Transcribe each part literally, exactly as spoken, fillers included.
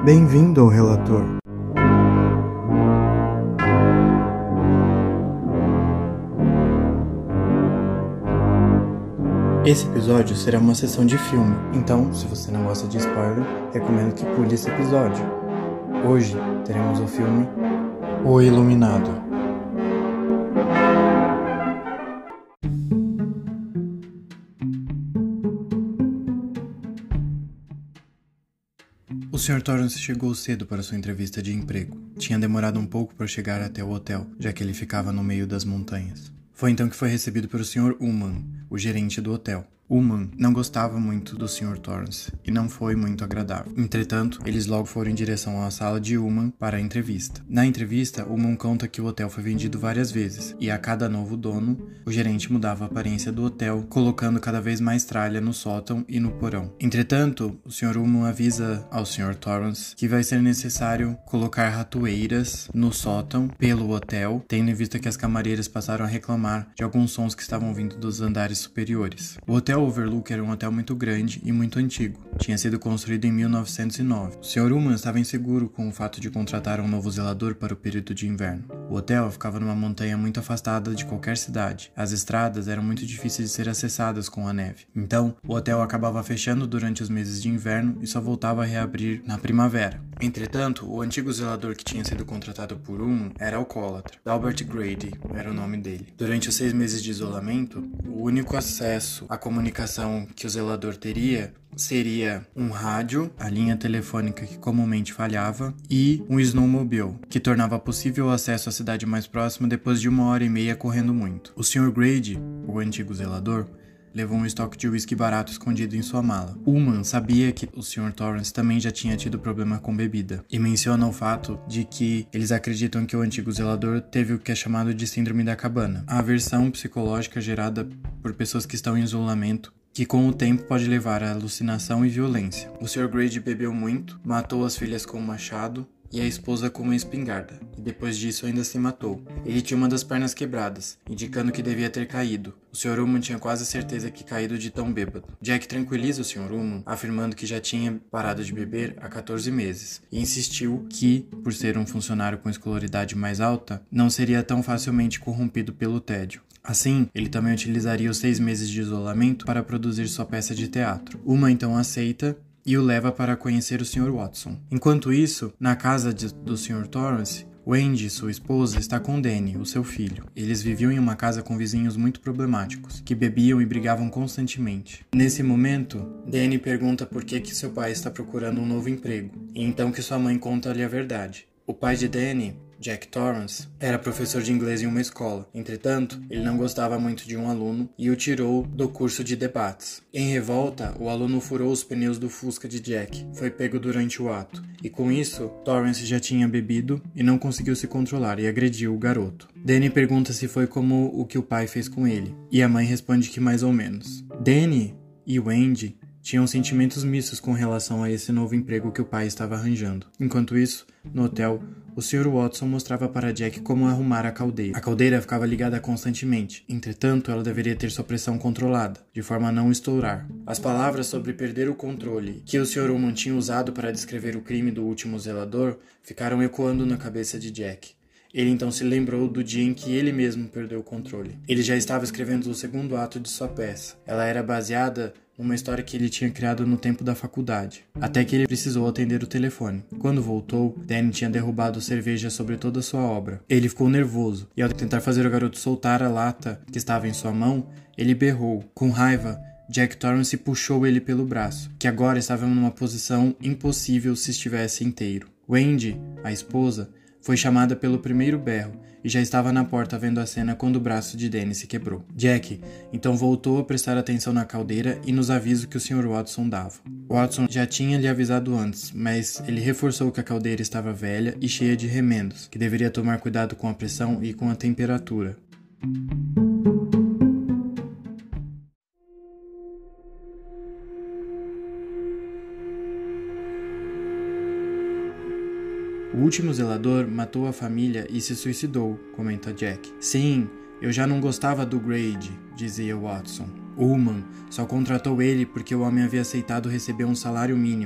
Bem-vindo ao relator. Esse episódio será uma sessão de filme, então, se você não gosta de spoiler, recomendo que pule esse episódio. Hoje teremos o filme O Iluminado. O senhor Torrance chegou cedo para sua entrevista de emprego. Tinha demorado um pouco para chegar até o hotel, já que ele ficava no meio das montanhas. Foi então que foi recebido pelo senhor Ullman, o gerente do hotel. Ullman não gostava muito do senhor Torrance e não foi muito agradável. Entretanto, eles logo foram em direção à sala de Ullman para a entrevista. Na entrevista, Ullman conta que o hotel foi vendido várias vezes e a cada novo dono, o gerente mudava a aparência do hotel, colocando cada vez mais tralha no sótão e no porão. Entretanto, o senhor Ullman avisa ao senhor Torrance que vai ser necessário colocar ratoeiras no sótão pelo hotel, tendo em vista que as camareiras passaram a reclamar de alguns sons que estavam vindo dos andares superiores. O hotel Overlook era um hotel muito grande e muito antigo. Tinha sido construído em mil novecentos e nove. O senhor Ullman estava inseguro com o fato de contratar um novo zelador para o período de inverno. O hotel ficava numa montanha muito afastada de qualquer cidade. As estradas eram muito difíceis de ser acessadas com a neve. Então, o hotel acabava fechando durante os meses de inverno e só voltava a reabrir na primavera. Entretanto, o antigo zelador que tinha sido contratado por Ullman era alcoólatra. Albert Grady era o nome dele. Durante os seis meses de isolamento, o único acesso à comunicação que o zelador teria seria um rádio, a linha telefônica que comumente falhava, e um snowmobile, que tornava possível o acesso à cidade mais próxima depois de uma hora e meia correndo muito. O senhor Grady, o antigo zelador, levou um estoque de uísque barato escondido em sua mala. Ullman sabia que o senhor Torrance também já tinha tido problema com bebida, e menciona o fato de que eles acreditam que o antigo zelador teve o que é chamado de síndrome da cabana, a aversão psicológica gerada por pessoas que estão em isolamento, que com o tempo pode levar a alucinação e violência. O senhor Grady bebeu muito, matou as filhas com um machado e a esposa com uma espingarda, e depois disso ainda se matou. Ele tinha uma das pernas quebradas, indicando que devia ter caído. O senhor Ullman tinha quase certeza que caído de tão bêbado. Jack tranquiliza o senhor Ullman, afirmando que já tinha parado de beber há quatorze meses, e insistiu que, por ser um funcionário com escolaridade mais alta, não seria tão facilmente corrompido pelo tédio. Assim, ele também utilizaria os seis meses de isolamento para produzir sua peça de teatro. Ullman então aceita e o leva para conhecer o senhor Watson. Enquanto isso, na casa de, do senhor Torrance, Wendy, sua esposa, está com Danny, o seu filho. Eles viviam em uma casa com vizinhos muito problemáticos, que bebiam e brigavam constantemente. Nesse momento, Danny pergunta por que, que seu pai está procurando um novo emprego, e então que sua mãe conta-lhe a verdade. O pai de Danny, Jack Torrance, era professor de inglês em uma escola. Entretanto, ele não gostava muito de um aluno e o tirou do curso de debates. Em revolta, o aluno furou os pneus do Fusca de Jack. Foi pego durante o ato. E com isso, Torrance já tinha bebido e não conseguiu se controlar e agrediu o garoto. Danny pergunta se foi como o que o pai fez com ele. E a mãe responde que mais ou menos. Danny e Wendy tinham sentimentos mistos com relação a esse novo emprego que o pai estava arranjando. Enquanto isso, no hotel, o senhor Watson mostrava para Jack como arrumar a caldeira. A caldeira ficava ligada constantemente, entretanto, ela deveria ter sua pressão controlada, de forma a não estourar. As palavras sobre perder o controle que o senhor Ullman tinha usado para descrever o crime do último zelador ficaram ecoando na cabeça de Jack. Ele então se lembrou do dia em que ele mesmo perdeu o controle. Ele já estava escrevendo o segundo ato de sua peça. Ela era baseada numa história que ele tinha criado no tempo da faculdade, até que ele precisou atender o telefone. Quando voltou, Danny tinha derrubado cerveja sobre toda a sua obra. Ele ficou nervoso, e ao tentar fazer o garoto soltar a lata que estava em sua mão, ele berrou. Com raiva, Jack Torrance puxou ele pelo braço, que agora estava numa posição impossível se estivesse inteiro. Wendy, a esposa, foi chamada pelo primeiro berro e já estava na porta vendo a cena quando o braço de Danny se quebrou. Jack então voltou a prestar atenção na caldeira e nos avisos que o senhor Watson dava. Watson já tinha lhe avisado antes, mas ele reforçou que a caldeira estava velha e cheia de remendos, que deveria tomar cuidado com a pressão e com a temperatura. O último zelador matou a família e se suicidou, comenta Jack. Sim, eu já não gostava do Grady, dizia Watson. Ullman só contratou ele porque o homem havia aceitado receber um salário mínimo.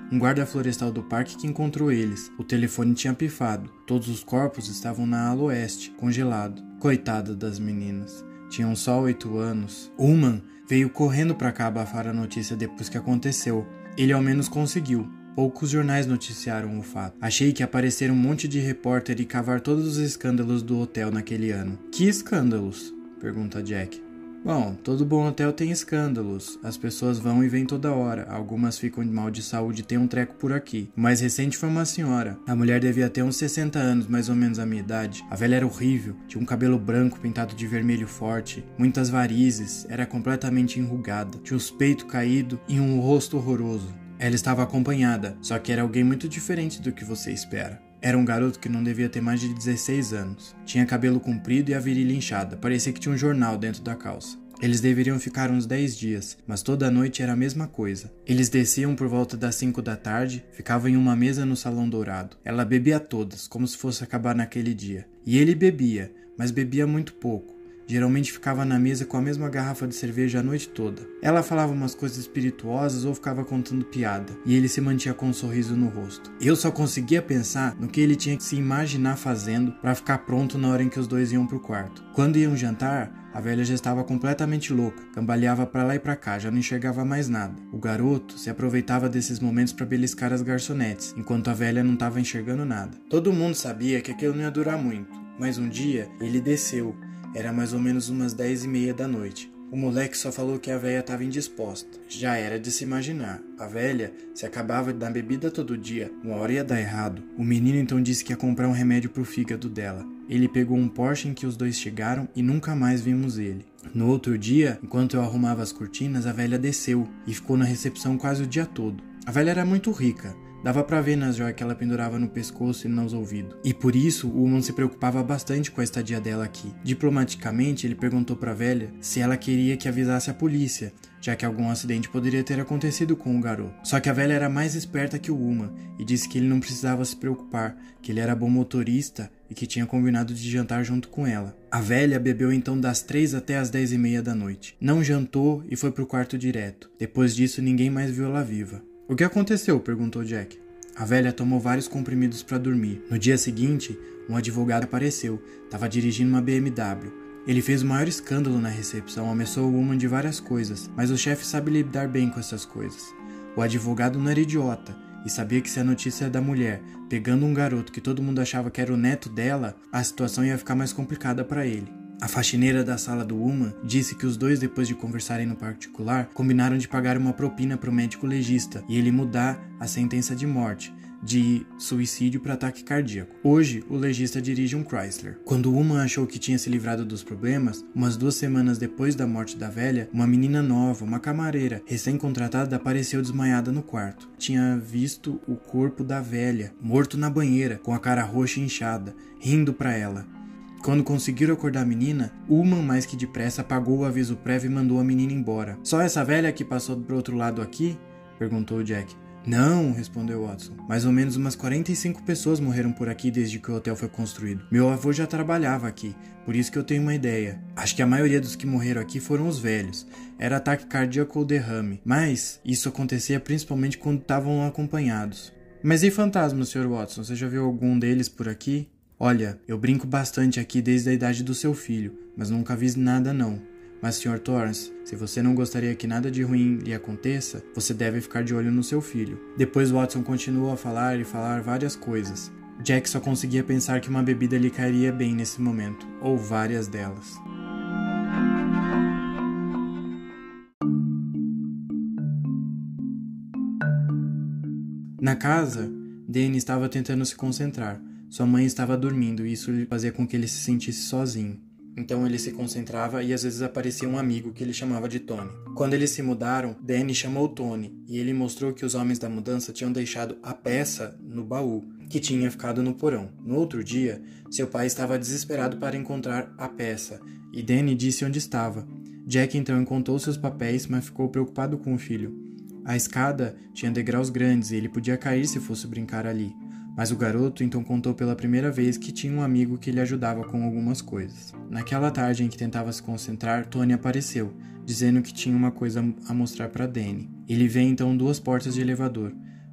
Um guarda florestal do parque que encontrou eles. O telefone tinha pifado. Todos os corpos estavam na ala oeste, congelado. Coitada das meninas. Tinham só oito anos. Ullman veio correndo para cá abafar a notícia depois que aconteceu. Ele ao menos conseguiu. Poucos jornais noticiaram o fato. Achei que apareceram um monte de repórter e cavar todos os escândalos do hotel naquele ano. Que escândalos? Pergunta Jack. Bom, todo bom hotel tem escândalos. As pessoas vão e vêm toda hora. Algumas ficam de mal de saúde e tem um treco por aqui. O mais recente foi uma senhora. A mulher devia ter uns sessenta anos, mais ou menos a minha idade. A velha era horrível. Tinha um cabelo branco pintado de vermelho forte. Muitas varizes. Era completamente enrugada. Tinha os peitos caídos e um rosto horroroso. Ela estava acompanhada, só que era alguém muito diferente do que você espera. Era um garoto que não devia ter mais de dezesseis anos. Tinha cabelo comprido e a virilha inchada, parecia que tinha um jornal dentro da calça. Eles deveriam ficar uns dez dias, mas toda noite era a mesma coisa. Eles desciam por volta das cinco da tarde, ficavam em uma mesa no Salão Dourado. Ela bebia todas, como se fosse acabar naquele dia. E ele bebia, mas bebia muito pouco. Geralmente ficava na mesa com a mesma garrafa de cerveja a noite toda. Ela falava umas coisas espirituosas ou ficava contando piada, e ele se mantinha com um sorriso no rosto. Eu só conseguia pensar no que ele tinha que se imaginar fazendo para ficar pronto na hora em que os dois iam pro quarto. Quando iam jantar, a velha já estava completamente louca, cambaleava para lá e para cá, já não enxergava mais nada. O garoto se aproveitava desses momentos para beliscar as garçonetes, enquanto a velha não estava enxergando nada. Todo mundo sabia que aquilo não ia durar muito, mas um dia ele desceu. Era mais ou menos umas dez e meia da noite. O moleque só falou que a velha estava indisposta. Já era de se imaginar. A velha se acabava de dar bebida todo dia. Uma hora ia dar errado. O menino então disse que ia comprar um remédio pro fígado dela. Ele pegou um Porsche em que os dois chegaram e nunca mais vimos ele. No outro dia, enquanto eu arrumava as cortinas, a velha desceu e ficou na recepção quase o dia todo. A velha era muito rica. Dava pra ver nas joias que ela pendurava no pescoço e nos ouvidos. E por isso, o Ullman se preocupava bastante com a estadia dela aqui. Diplomaticamente, ele perguntou pra velha se ela queria que avisasse a polícia, já que algum acidente poderia ter acontecido com o garoto. Só que a velha era mais esperta que o Ullman e disse que ele não precisava se preocupar, que ele era bom motorista e que tinha combinado de jantar junto com ela. A velha bebeu então das três até as dez e meia da noite. Não jantou e foi pro quarto direto. Depois disso, ninguém mais viu ela viva. O que aconteceu? Perguntou Jack. A velha tomou vários comprimidos para dormir. No dia seguinte, um advogado apareceu. Estava dirigindo uma B M W. Ele fez o maior escândalo na recepção, ameaçou o Ullman de várias coisas, mas o chefe sabe lidar bem com essas coisas. O advogado não era idiota e sabia que se a notícia é da mulher pegando um garoto que todo mundo achava que era o neto dela, a situação ia ficar mais complicada para ele. A faxineira da sala do Ullman disse que os dois, depois de conversarem no particular, combinaram de pagar uma propina para o médico legista e ele mudar a sentença de morte, de suicídio para ataque cardíaco. Hoje, o legista dirige um Chrysler. Quando Ullman achou que tinha se livrado dos problemas, umas duas semanas depois da morte da velha, uma menina nova, uma camareira, recém-contratada, apareceu desmaiada no quarto. Tinha visto o corpo da velha, morto na banheira, com a cara roxa e inchada, rindo para ela. Quando conseguiram acordar a menina, Ullman mais que depressa apagou o aviso prévio e mandou a menina embora. Só essa velha que passou pro outro lado aqui? Perguntou Jack. Não, respondeu Watson. Mais ou menos umas quarenta e cinco pessoas morreram por aqui desde que o hotel foi construído. Meu avô já trabalhava aqui, por isso que eu tenho uma ideia. Acho que a maioria dos que morreram aqui foram os velhos. Era ataque cardíaco ou derrame, mas isso acontecia principalmente quando estavam acompanhados. Mas e fantasmas, senhor Watson? Você já viu algum deles por aqui? Olha, eu brinco bastante aqui desde a idade do seu filho, mas nunca vi nada não. Mas, senhor Torrance, se você não gostaria que nada de ruim lhe aconteça, você deve ficar de olho no seu filho. Depois Watson continuou a falar e falar várias coisas. Jack só conseguia pensar que uma bebida lhe cairia bem nesse momento, ou várias delas. Na casa, Danny estava tentando se concentrar. Sua mãe estava dormindo e isso fazia com que ele se sentisse sozinho. Então ele se concentrava e às vezes aparecia um amigo que ele chamava de Tony. Quando eles se mudaram, Danny chamou Tony e ele mostrou que os homens da mudança tinham deixado a peça no baú, que tinha ficado no porão. No outro dia, seu pai estava desesperado para encontrar a peça e Danny disse onde estava. Jack então encontrou seus papéis, mas ficou preocupado com o filho. A escada tinha degraus grandes e ele podia cair se fosse brincar ali. Mas o garoto então contou pela primeira vez que tinha um amigo que lhe ajudava com algumas coisas. Naquela tarde em que tentava se concentrar, Tony apareceu, dizendo que tinha uma coisa a mostrar para Danny. Ele vê então duas portas de elevador.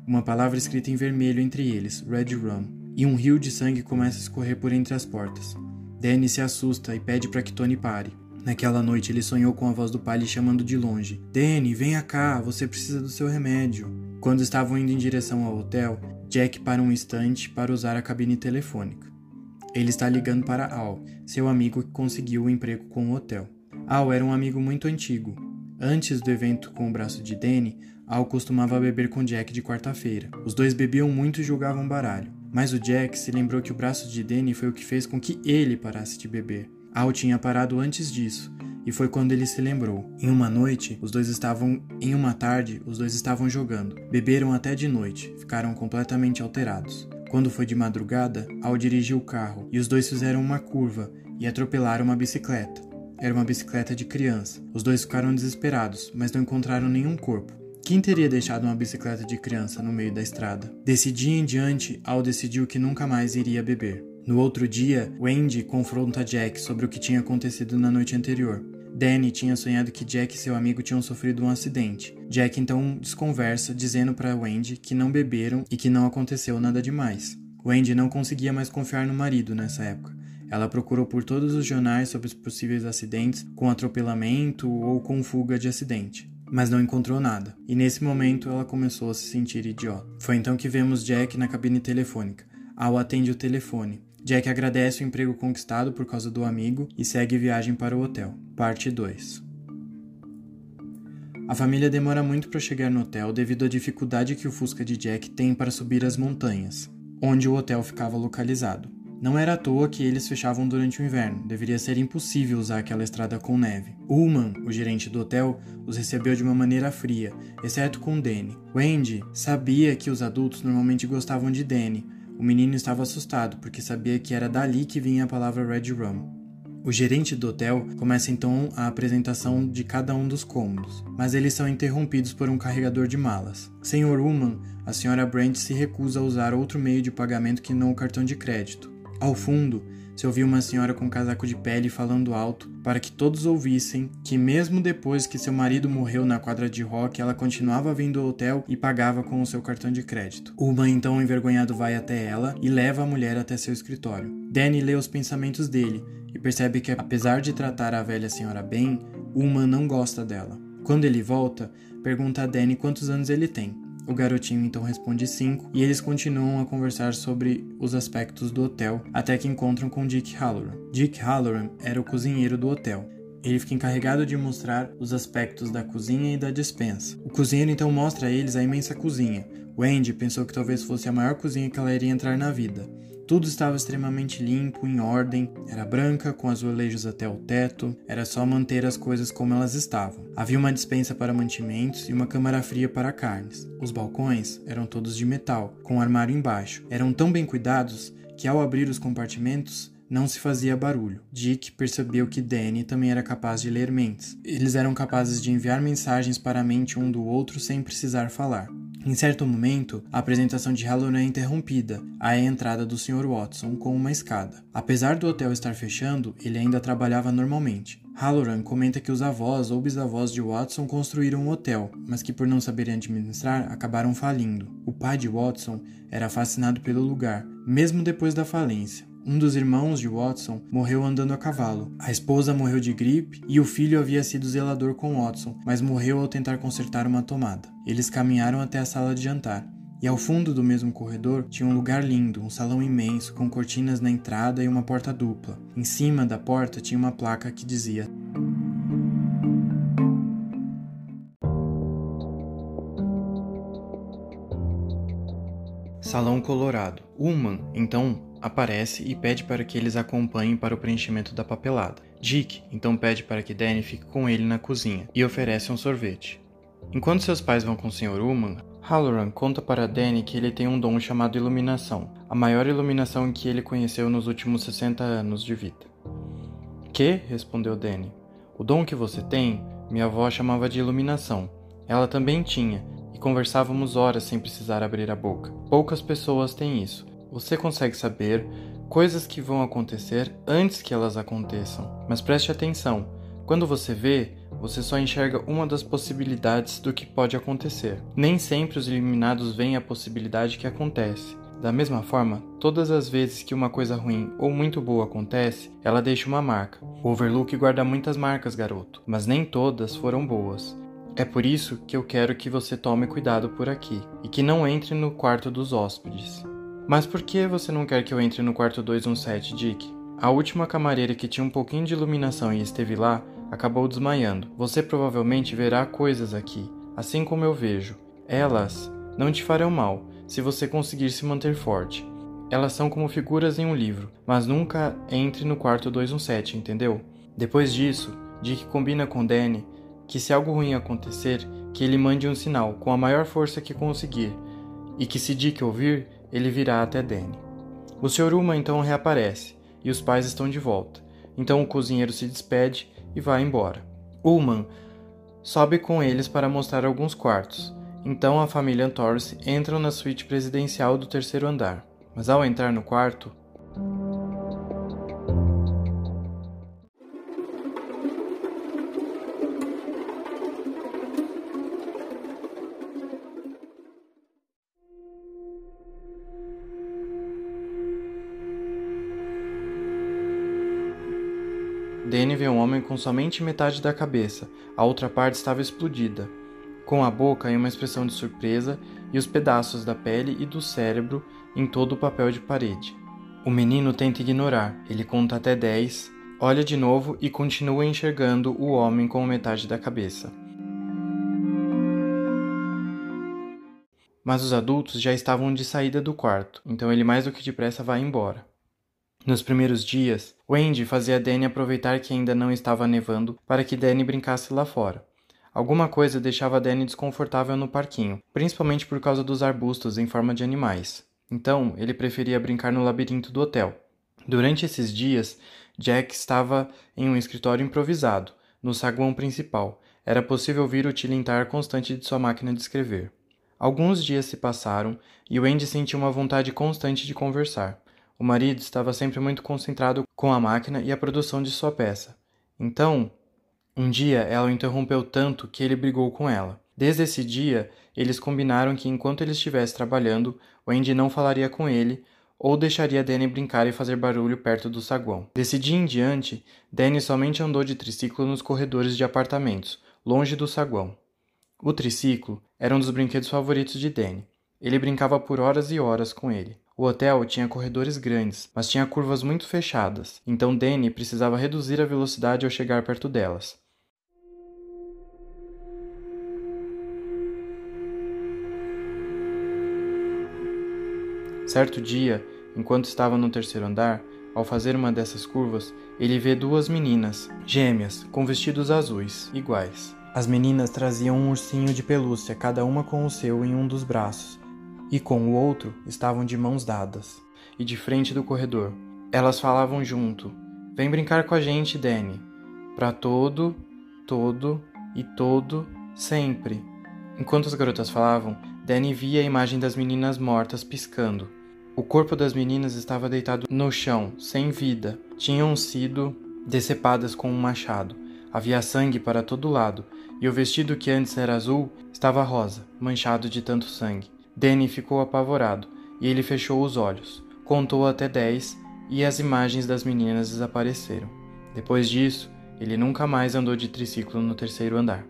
uma palavra escrita em vermelho entre eles, Red Rum, e um rio de sangue começa a escorrer por entre as portas. Danny se assusta e pede para que Tony pare. Naquela noite ele sonhou com a voz do pai lhe chamando de longe. Danny, venha cá, você precisa do seu remédio. Quando estavam indo em direção ao hotel, Jack para um instante para usar a cabine telefônica. Ele está ligando para Al, seu amigo que conseguiu o emprego com o hotel. Al era um amigo muito antigo. Antes do evento com o braço de Danny, Al costumava beber com Jack de quarta-feira. Os dois bebiam muito e jogavam baralho. Mas o Jack se lembrou que o braço de Danny foi o que fez com que ele parasse de beber. Al tinha parado antes disso, e foi quando ele se lembrou. Em uma noite, os dois estavam... Em uma tarde, os dois estavam jogando. Beberam até de noite, ficaram completamente alterados. Quando foi de madrugada, Al dirigiu o carro, e os dois fizeram uma curva e atropelaram uma bicicleta. Era uma bicicleta de criança. Os dois ficaram desesperados, mas não encontraram nenhum corpo. Quem teria deixado uma bicicleta de criança no meio da estrada? Desse dia em diante, Al decidiu que nunca mais iria beber. No outro dia, Wendy confronta Jack sobre o que tinha acontecido na noite anterior. Danny tinha sonhado que Jack e seu amigo tinham sofrido um acidente. Jack então desconversa, dizendo para Wendy que não beberam e que não aconteceu nada demais. Wendy não conseguia mais confiar no marido nessa época. Ela procurou por todos os jornais sobre os possíveis acidentes com atropelamento ou com fuga de acidente, mas não encontrou nada. E nesse momento ela começou a se sentir idiota. Foi então que vemos Jack na cabine telefônica. Al atende o telefone. Jack agradece o emprego conquistado por causa do amigo e segue viagem para o hotel. Parte dois. A família demora muito para chegar no hotel devido à dificuldade que o Fusca de Jack tem para subir as montanhas, onde o hotel ficava localizado. Não era à toa que eles fechavam durante o inverno, deveria ser impossível usar aquela estrada com neve. Ullman, o gerente do hotel, os recebeu de uma maneira fria, exceto com Danny. Wendy sabia que os adultos normalmente gostavam de Danny. O menino estava assustado, porque sabia que era dali que vinha a palavra Red Rum. O gerente do hotel começa então a apresentação de cada um dos cômodos, mas eles são interrompidos por um carregador de malas. senhor Ullman, a senhora Brent se recusa a usar outro meio de pagamento que não o cartão de crédito. Ao fundo, se ouviu uma senhora com casaco de pele falando alto para que todos ouvissem que mesmo depois que seu marido morreu na quadra de rock, ela continuava vindo ao hotel e pagava com o seu cartão de crédito. Ullman então envergonhado vai até ela e leva a mulher até seu escritório. Danny lê os pensamentos dele e percebe que apesar de tratar a velha senhora bem, Ullman não gosta dela. Quando ele volta, pergunta a Danny quantos anos ele tem. O garotinho então responde cinco e eles continuam a conversar sobre os aspectos do hotel até que encontram com Dick Halloran. Dick Halloran era o cozinheiro do hotel. Ele fica encarregado de mostrar os aspectos da cozinha e da despensa. O cozinheiro então mostra a eles a imensa cozinha. Wendy pensou que talvez fosse a maior cozinha que ela iria entrar na vida. Tudo estava extremamente limpo, em ordem, era branca, com azulejos até o teto, era só manter as coisas como elas estavam. Havia uma despensa para mantimentos e uma câmara fria para carnes. Os balcões eram todos de metal, com um armário embaixo. Eram tão bem cuidados que ao abrir os compartimentos, não se fazia barulho. Dick percebeu que Danny também era capaz de ler mentes. Eles eram capazes de enviar mensagens para a mente um do outro sem precisar falar. Em certo momento, a apresentação de Halloran é interrompida, à entrada do senhor Watson com uma escada. Apesar do hotel estar fechando, ele ainda trabalhava normalmente. Halloran comenta que os avós ou bisavós de Watson construíram um hotel, mas que por não saberem administrar, acabaram falindo. O pai de Watson era fascinado pelo lugar, mesmo depois da falência. Um dos irmãos de Watson morreu andando a cavalo. A esposa morreu de gripe e o filho havia sido zelador com Watson, mas morreu ao tentar consertar uma tomada. Eles caminharam até a sala de jantar. E ao fundo do mesmo corredor tinha um lugar lindo, um salão imenso, com cortinas na entrada e uma porta dupla. Em cima da porta tinha uma placa que dizia: Salão Colorado. Ullman, então, aparece e pede para que eles acompanhem para o preenchimento da papelada. Dick então pede para que Danny fique com ele na cozinha e oferece um sorvete. Enquanto seus pais vão com o senhor Ullman, Halloran conta para Danny que ele tem um dom chamado iluminação, a maior iluminação que ele conheceu nos últimos sessenta anos de vida. Que? Respondeu Danny. O dom que você tem, minha avó chamava de iluminação. Ela também tinha, e conversávamos horas sem precisar abrir a boca. Poucas pessoas têm isso. Você consegue saber coisas que vão acontecer antes que elas aconteçam. Mas preste atenção, quando você vê, Você só enxerga uma das possibilidades do que pode acontecer. Nem sempre os iluminados veem a possibilidade que acontece. Da mesma forma, todas as vezes que uma coisa ruim ou muito boa acontece, ela deixa uma marca. O Overlook guarda muitas marcas, garoto, mas nem todas foram boas. É por isso que eu quero que você tome cuidado por aqui, e que não entre no quarto dos hóspedes. Mas por que você não quer que eu entre no quarto duzentos e dezessete, Dick? A última camareira que tinha um pouquinho de iluminação e esteve lá, acabou desmaiando. Você provavelmente verá coisas aqui, assim como eu vejo. Elas não te farão mal, se você conseguir se manter forte. Elas são como figuras em um livro, mas nunca entre no quarto duzentos e dezessete, entendeu? Depois disso, Dick combina com Danny que se algo ruim acontecer, que ele mande um sinal com a maior força que conseguir, e que se Dick ouvir, ele virá até Danny. O senhor Ullman então reaparece, e os pais estão de volta. Então o cozinheiro se despede e vai embora. Ullman sobe com eles para mostrar alguns quartos. Então a família Antorse entra na suíte presidencial do terceiro andar. Mas ao entrar no quarto, Danny vê um homem com somente metade da cabeça, a outra parte estava explodida, com a boca em uma expressão de surpresa e os pedaços da pele e do cérebro em todo o papel de parede. O menino tenta ignorar, ele conta até dez, olha de novo e continua enxergando o homem com metade da cabeça. Mas os adultos já estavam de saída do quarto, então ele mais do que depressa vai embora. Nos primeiros dias, Wendy fazia Danny aproveitar que ainda não estava nevando para que Danny brincasse lá fora. Alguma coisa deixava Danny desconfortável no parquinho, principalmente por causa dos arbustos em forma de animais. Então, ele preferia brincar no labirinto do hotel. Durante esses dias, Jack estava em um escritório improvisado, no saguão principal. Era possível ouvir o tilintar constante de sua máquina de escrever. Alguns dias se passaram e Wendy sentiu uma vontade constante de conversar. O marido estava sempre muito concentrado com a máquina e a produção de sua peça. Então, um dia ela o interrompeu tanto que ele brigou com ela. Desde esse dia, eles combinaram que enquanto ele estivesse trabalhando, Wendy não falaria com ele ou deixaria Danny brincar e fazer barulho perto do saguão. Desse dia em diante, Danny somente andou de triciclo nos corredores de apartamentos, longe do saguão. O triciclo era um dos brinquedos favoritos de Danny. Ele brincava por horas e horas com ele. O hotel tinha corredores grandes, mas tinha curvas muito fechadas, então Danny precisava reduzir a velocidade ao chegar perto delas. Certo dia, enquanto estava no terceiro andar, ao fazer uma dessas curvas, ele vê duas meninas, gêmeas, com vestidos azuis, iguais. As meninas traziam um ursinho de pelúcia, cada uma com o seu em um dos braços, e com o outro estavam de mãos dadas, e de frente do corredor. Elas falavam junto: "Vem brincar com a gente, Danny. Pra todo, todo e todo, sempre." Enquanto as garotas falavam, Danny via a imagem das meninas mortas piscando. O corpo das meninas estava deitado no chão, sem vida. Tinham sido decepadas com um machado. Havia sangue para todo lado, e o vestido que antes era azul estava rosa, manchado de tanto sangue. Danny ficou apavorado, e ele fechou os olhos. Contou até dez, e as imagens das meninas desapareceram. Depois disso, ele nunca mais andou de triciclo no terceiro andar.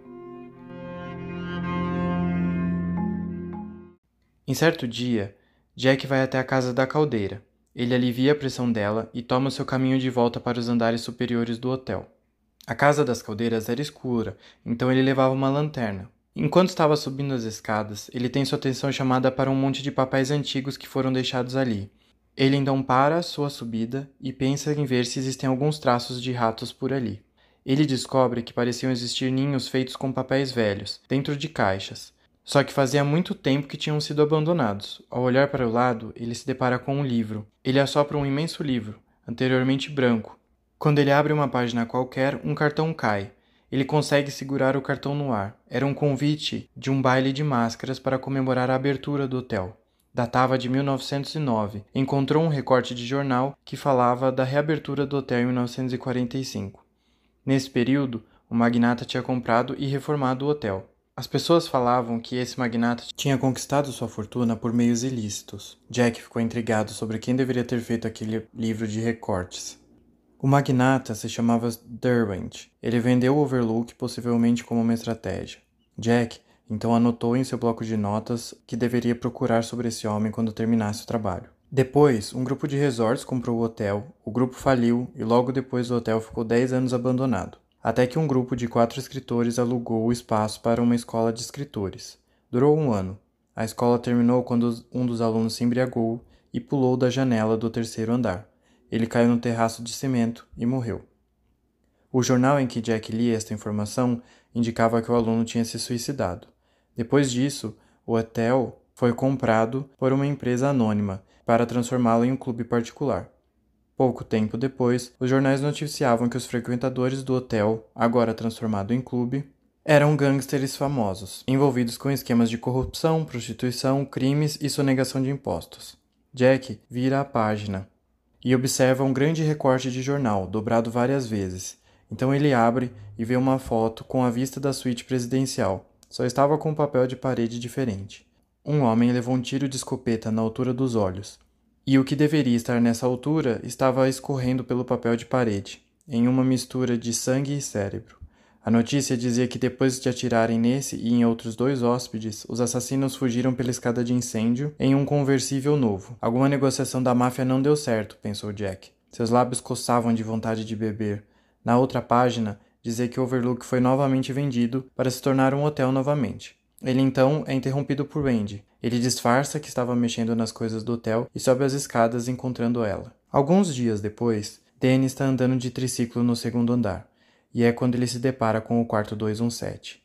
Em certo dia, Jack vai até a casa da caldeira. Ele alivia a pressão dela e toma seu caminho de volta para os andares superiores do hotel. A casa das caldeiras era escura, então ele levava uma lanterna. Enquanto estava subindo as escadas, ele tem sua atenção chamada para um monte de papéis antigos que foram deixados ali. Ele então para sua subida e pensa em ver se existem alguns traços de ratos por ali. Ele descobre que pareciam existir ninhos feitos com papéis velhos, dentro de caixas. Só que fazia muito tempo que tinham sido abandonados. Ao olhar para o lado, ele se depara com um livro. Ele assopra um imenso livro, anteriormente branco. Quando ele abre uma página qualquer, um cartão cai. Ele consegue segurar o cartão no ar. Era um convite de um baile de máscaras para comemorar a abertura do hotel. Datava de mil novecentos e nove. Encontrou um recorte de jornal que falava da reabertura do hotel em mil novecentos e quarenta e cinco. Nesse período, o magnata tinha comprado e reformado o hotel. As pessoas falavam que esse magnata tinha conquistado sua fortuna por meios ilícitos. Jack ficou intrigado sobre quem deveria ter feito aquele livro de recortes. O magnata se chamava Derwent. Ele vendeu o Overlook possivelmente como uma estratégia. Jack então anotou em seu bloco de notas que deveria procurar sobre esse homem quando terminasse o trabalho. Depois, um grupo de resorts comprou o hotel, o grupo faliu e logo depois o hotel ficou dez anos abandonado. Até que um grupo de quatro escritores alugou o espaço para uma escola de escritores. Durou um ano. A escola terminou quando um dos alunos se embriagou e pulou da janela do terceiro andar. Ele caiu no terraço de cimento e morreu. O jornal em que Jack lia esta informação indicava que o aluno tinha se suicidado. Depois disso, o hotel foi comprado por uma empresa anônima para transformá-lo em um clube particular. Pouco tempo depois, os jornais noticiavam que os frequentadores do hotel, agora transformado em clube, eram gangsters famosos, envolvidos com esquemas de corrupção, prostituição, crimes e sonegação de impostos. Jack vira a página e observa um grande recorte de jornal, dobrado várias vezes. Então ele abre e vê uma foto com a vista da suíte presidencial. Só estava com um papel de parede diferente. Um homem levou um tiro de escopeta na altura dos olhos. E o que deveria estar nessa altura estava escorrendo pelo papel de parede, em uma mistura de sangue e cérebro. A notícia dizia que depois de atirarem nesse e em outros dois hóspedes, os assassinos fugiram pela escada de incêndio em um conversível novo. Alguma negociação da máfia não deu certo, pensou Jack. Seus lábios coçavam de vontade de beber. Na outra página, dizia que o Overlook foi novamente vendido para se tornar um hotel novamente. Ele então é interrompido por Wendy. Ele disfarça que estava mexendo nas coisas do hotel e sobe as escadas encontrando ela. Alguns dias depois, Danny está andando de triciclo no segundo andar, e é quando ele se depara com o quarto duzentos e dezessete.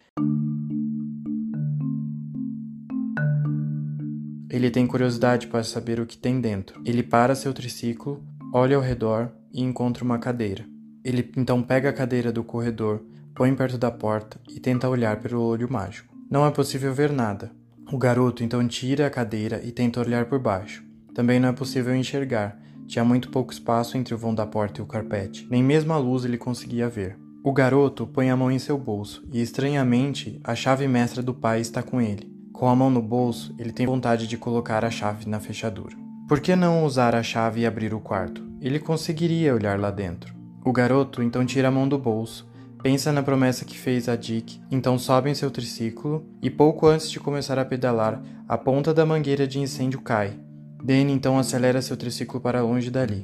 Ele tem curiosidade para saber o que tem dentro. Ele para seu triciclo, olha ao redor e encontra uma cadeira. Ele então pega a cadeira do corredor, põe perto da porta e tenta olhar pelo olho mágico. Não é possível ver nada. O garoto então tira a cadeira e tenta olhar por baixo. Também não é possível enxergar. Tinha muito pouco espaço entre o vão da porta e o carpete. Nem mesmo a luz ele conseguia ver. O garoto põe a mão em seu bolso e, estranhamente, a chave mestra do pai está com ele. Com a mão no bolso, ele tem vontade de colocar a chave na fechadura. Por que não usar a chave e abrir o quarto? Ele conseguiria olhar lá dentro. O garoto então tira a mão do bolso, pensa na promessa que fez a Dick, então sobe em seu triciclo e pouco antes de começar a pedalar, a ponta da mangueira de incêndio cai. Danny então acelera seu triciclo para longe dali.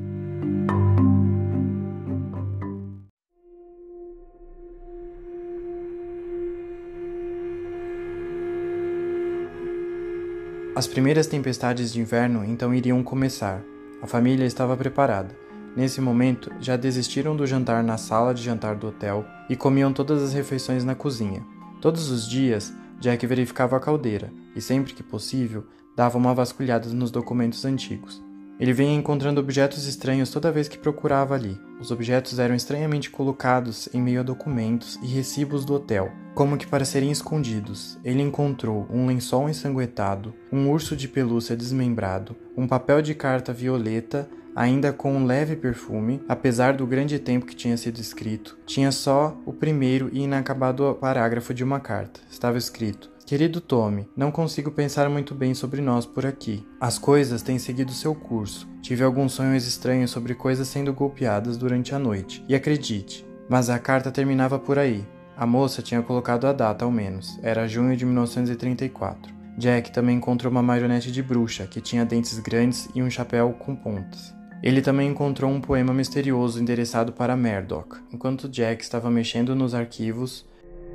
As primeiras tempestades de inverno então iriam começar. A família estava preparada. Nesse momento, já desistiram do jantar na sala de jantar do hotel e comiam todas as refeições na cozinha. Todos os dias, Jack verificava a caldeira e, sempre que possível, dava uma vasculhada nos documentos antigos. Ele vinha encontrando objetos estranhos toda vez que procurava ali. Os objetos eram estranhamente colocados em meio a documentos e recibos do hotel, como que para serem escondidos. Ele encontrou um lençol ensanguentado, um urso de pelúcia desmembrado, um papel de carta violeta, ainda com um leve perfume, apesar do grande tempo que tinha sido escrito. Tinha só o primeiro e inacabado parágrafo de uma carta. Estava escrito: Querido Tommy, não consigo pensar muito bem sobre nós por aqui. As coisas têm seguido seu curso. Tive alguns sonhos estranhos sobre coisas sendo golpeadas durante a noite. E acredite, mas a carta terminava por aí. A moça tinha colocado a data ao menos. Era junho de mil novecentos e trinta e quatro. Jack também encontrou uma marionete de bruxa, que tinha dentes grandes e um chapéu com pontas. Ele também encontrou um poema misterioso endereçado para Murdoch. Enquanto Jack estava mexendo nos arquivos,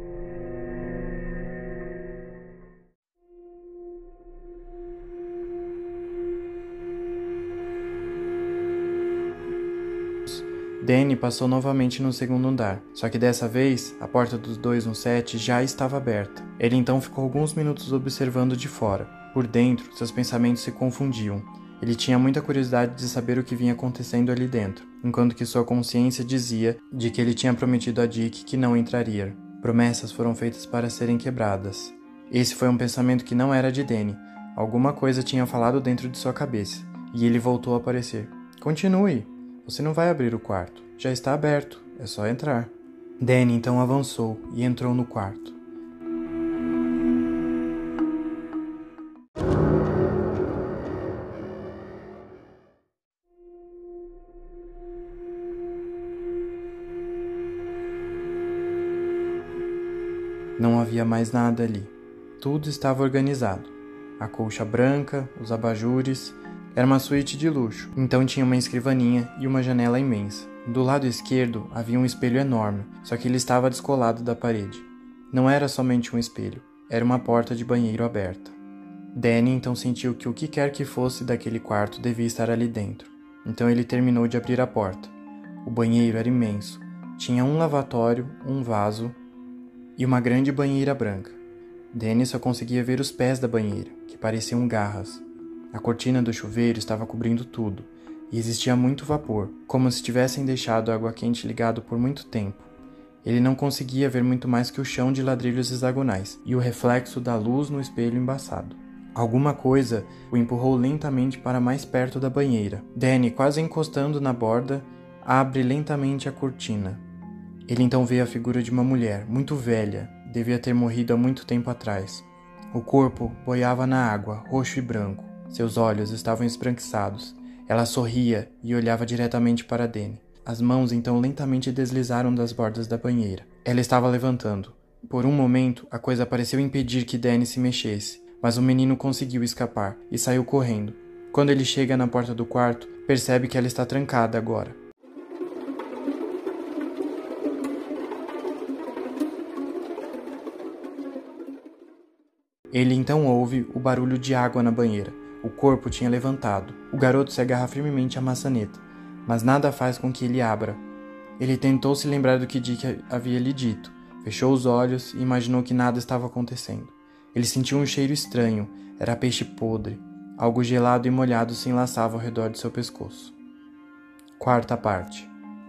Danny passou novamente no segundo andar, só que dessa vez, a porta dos duzentos e dezessete já estava aberta. Ele então ficou alguns minutos observando de fora. Por dentro, seus pensamentos se confundiam. Ele tinha muita curiosidade de saber o que vinha acontecendo ali dentro, enquanto que sua consciência dizia de que ele tinha prometido a Dick que não entraria. Promessas foram feitas para serem quebradas. Esse foi um pensamento que não era de Danny. Alguma coisa tinha falado dentro de sua cabeça, e ele voltou a aparecer. Continue. Você não vai abrir o quarto. Já está aberto. É só entrar. Danny então avançou e entrou no quarto. Não havia mais nada ali. Tudo estava organizado. A colcha branca, os abajures. Era uma suíte de luxo. Então tinha uma escrivaninha e uma janela imensa. Do lado esquerdo havia um espelho enorme, só que ele estava descolado da parede. Não era somente um espelho, era uma porta de banheiro aberta. Danny então sentiu que o que quer que fosse daquele quarto devia estar ali dentro. Então ele terminou de abrir a porta. O banheiro era imenso. Tinha um lavatório, um vaso e uma grande banheira branca. Danny só conseguia ver os pés da banheira, que pareciam garras. A cortina do chuveiro estava cobrindo tudo, e existia muito vapor, como se tivessem deixado a água quente ligado por muito tempo. Ele não conseguia ver muito mais que o chão de ladrilhos hexagonais e o reflexo da luz no espelho embaçado. Alguma coisa o empurrou lentamente para mais perto da banheira. Danny, quase encostando na borda, abre lentamente a cortina. Ele então vê a figura de uma mulher, muito velha, devia ter morrido há muito tempo atrás. O corpo boiava na água, roxo e branco. Seus olhos estavam esbranquiçados. Ela sorria e olhava diretamente para Danny. As mãos então lentamente deslizaram das bordas da banheira. Ela estava levantando. Por um momento, a coisa pareceu impedir que Danny se mexesse, mas o menino conseguiu escapar e saiu correndo. Quando ele chega na porta do quarto, percebe que ela está trancada agora. Ele então ouve o barulho de água na banheira. O corpo tinha levantado. O garoto se agarra firmemente à maçaneta, mas nada faz com que ele abra. Ele tentou se lembrar do que Dick havia lhe dito, fechou os olhos e imaginou que nada estava acontecendo. Ele sentiu um cheiro estranho, era peixe podre. Algo gelado e molhado se enlaçava ao redor de seu pescoço. Quarta parte.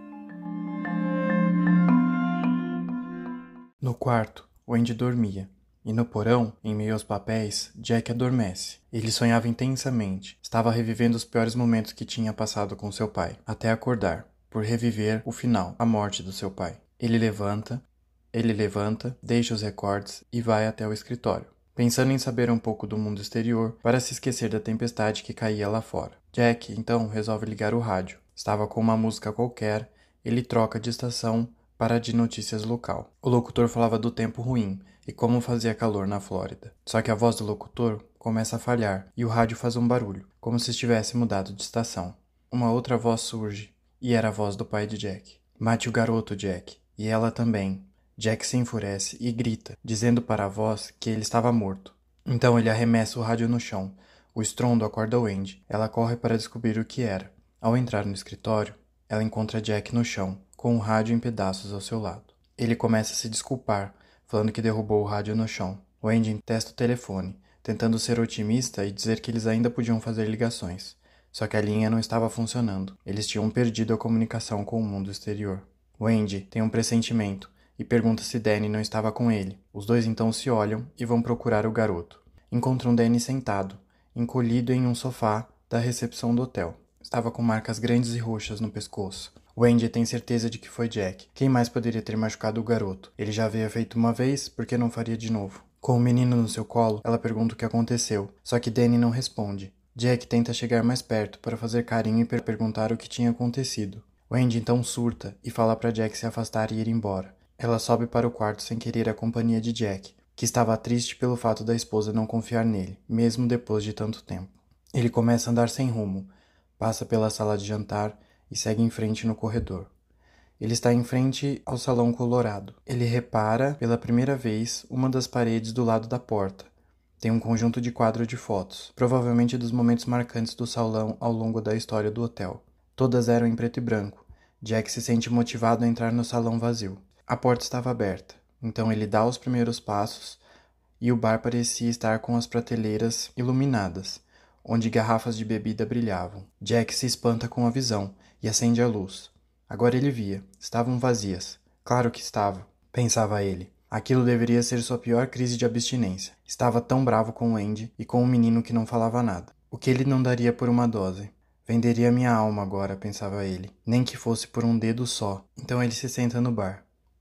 No quarto, Wendy dormia. E no porão, em meio aos papéis, Jack adormece. Ele sonhava intensamente. Estava revivendo os piores momentos que tinha passado com seu pai, até acordar, por reviver o final, a morte do seu pai. Ele levanta, ele levanta, deixa os recordes e vai até o escritório, pensando em saber um pouco do mundo exterior para se esquecer da tempestade que caía lá fora. Jack, então, resolve ligar o rádio. Estava com uma música qualquer, ele troca de estação para a de notícias local. O locutor falava do tempo ruim e como fazia calor na Flórida. Só que a voz do locutor começa a falhar e o rádio faz um barulho, como se estivesse mudado de estação. Uma outra voz surge, e era a voz do pai de Jack. Mate o garoto, Jack. E ela também. Jack se enfurece e grita, dizendo para a voz que ele estava morto. Então ele arremessa o rádio no chão. O estrondo acorda Wendy. Ela corre para descobrir o que era. Ao entrar no escritório, ela encontra Jack no chão, com o rádio em pedaços ao seu lado. Ele começa a se desculpar, falando que derrubou o rádio no chão. Wendy testa o telefone, tentando ser otimista e dizer que eles ainda podiam fazer ligações. Só que a linha não estava funcionando. Eles tinham perdido a comunicação com o mundo exterior. Wendy tem um pressentimento e pergunta se Danny não estava com ele. Os dois então se olham e vão procurar o garoto. Encontram Danny sentado, encolhido em um sofá da recepção do hotel. Estava com marcas grandes e roxas no pescoço. Wendy tem certeza de que foi Jack. Quem mais poderia ter machucado o garoto? Ele já havia feito uma vez, por que não faria de novo? Com o menino no seu colo, ela pergunta o que aconteceu, só que Danny não responde. Jack tenta chegar mais perto para fazer carinho e per- perguntar o que tinha acontecido. Wendy então surta e fala para Jack se afastar e ir embora. Ela sobe para o quarto sem querer a companhia de Jack, que estava triste pelo fato da esposa não confiar nele, mesmo depois de tanto tempo. Ele começa a andar sem rumo, passa pela sala de jantar e segue em frente no corredor. Ele está em frente ao salão colorado. Ele repara, pela primeira vez, uma das paredes do lado da porta. Tem um conjunto de quadros de fotos, provavelmente dos momentos marcantes do salão ao longo da história do hotel. Todas eram em preto e branco. Jack se sente motivado a entrar no salão vazio. A porta estava aberta, então ele dá os primeiros passos e o bar parecia estar com as prateleiras iluminadas, onde garrafas de bebida brilhavam. Jack se espanta com a visão e acende a luz. Agora ele via. Estavam vazias. Claro que estava, pensava ele. Aquilo deveria ser sua pior crise de abstinência. Estava tão bravo com Wendy e com um menino que não falava nada. O que ele não daria por uma dose? Venderia minha alma agora, pensava ele. Nem que fosse por um dedo só. Então ele se senta no bar.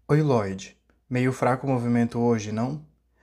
Oi, Lloyd. Meio fraco o movimento hoje, não?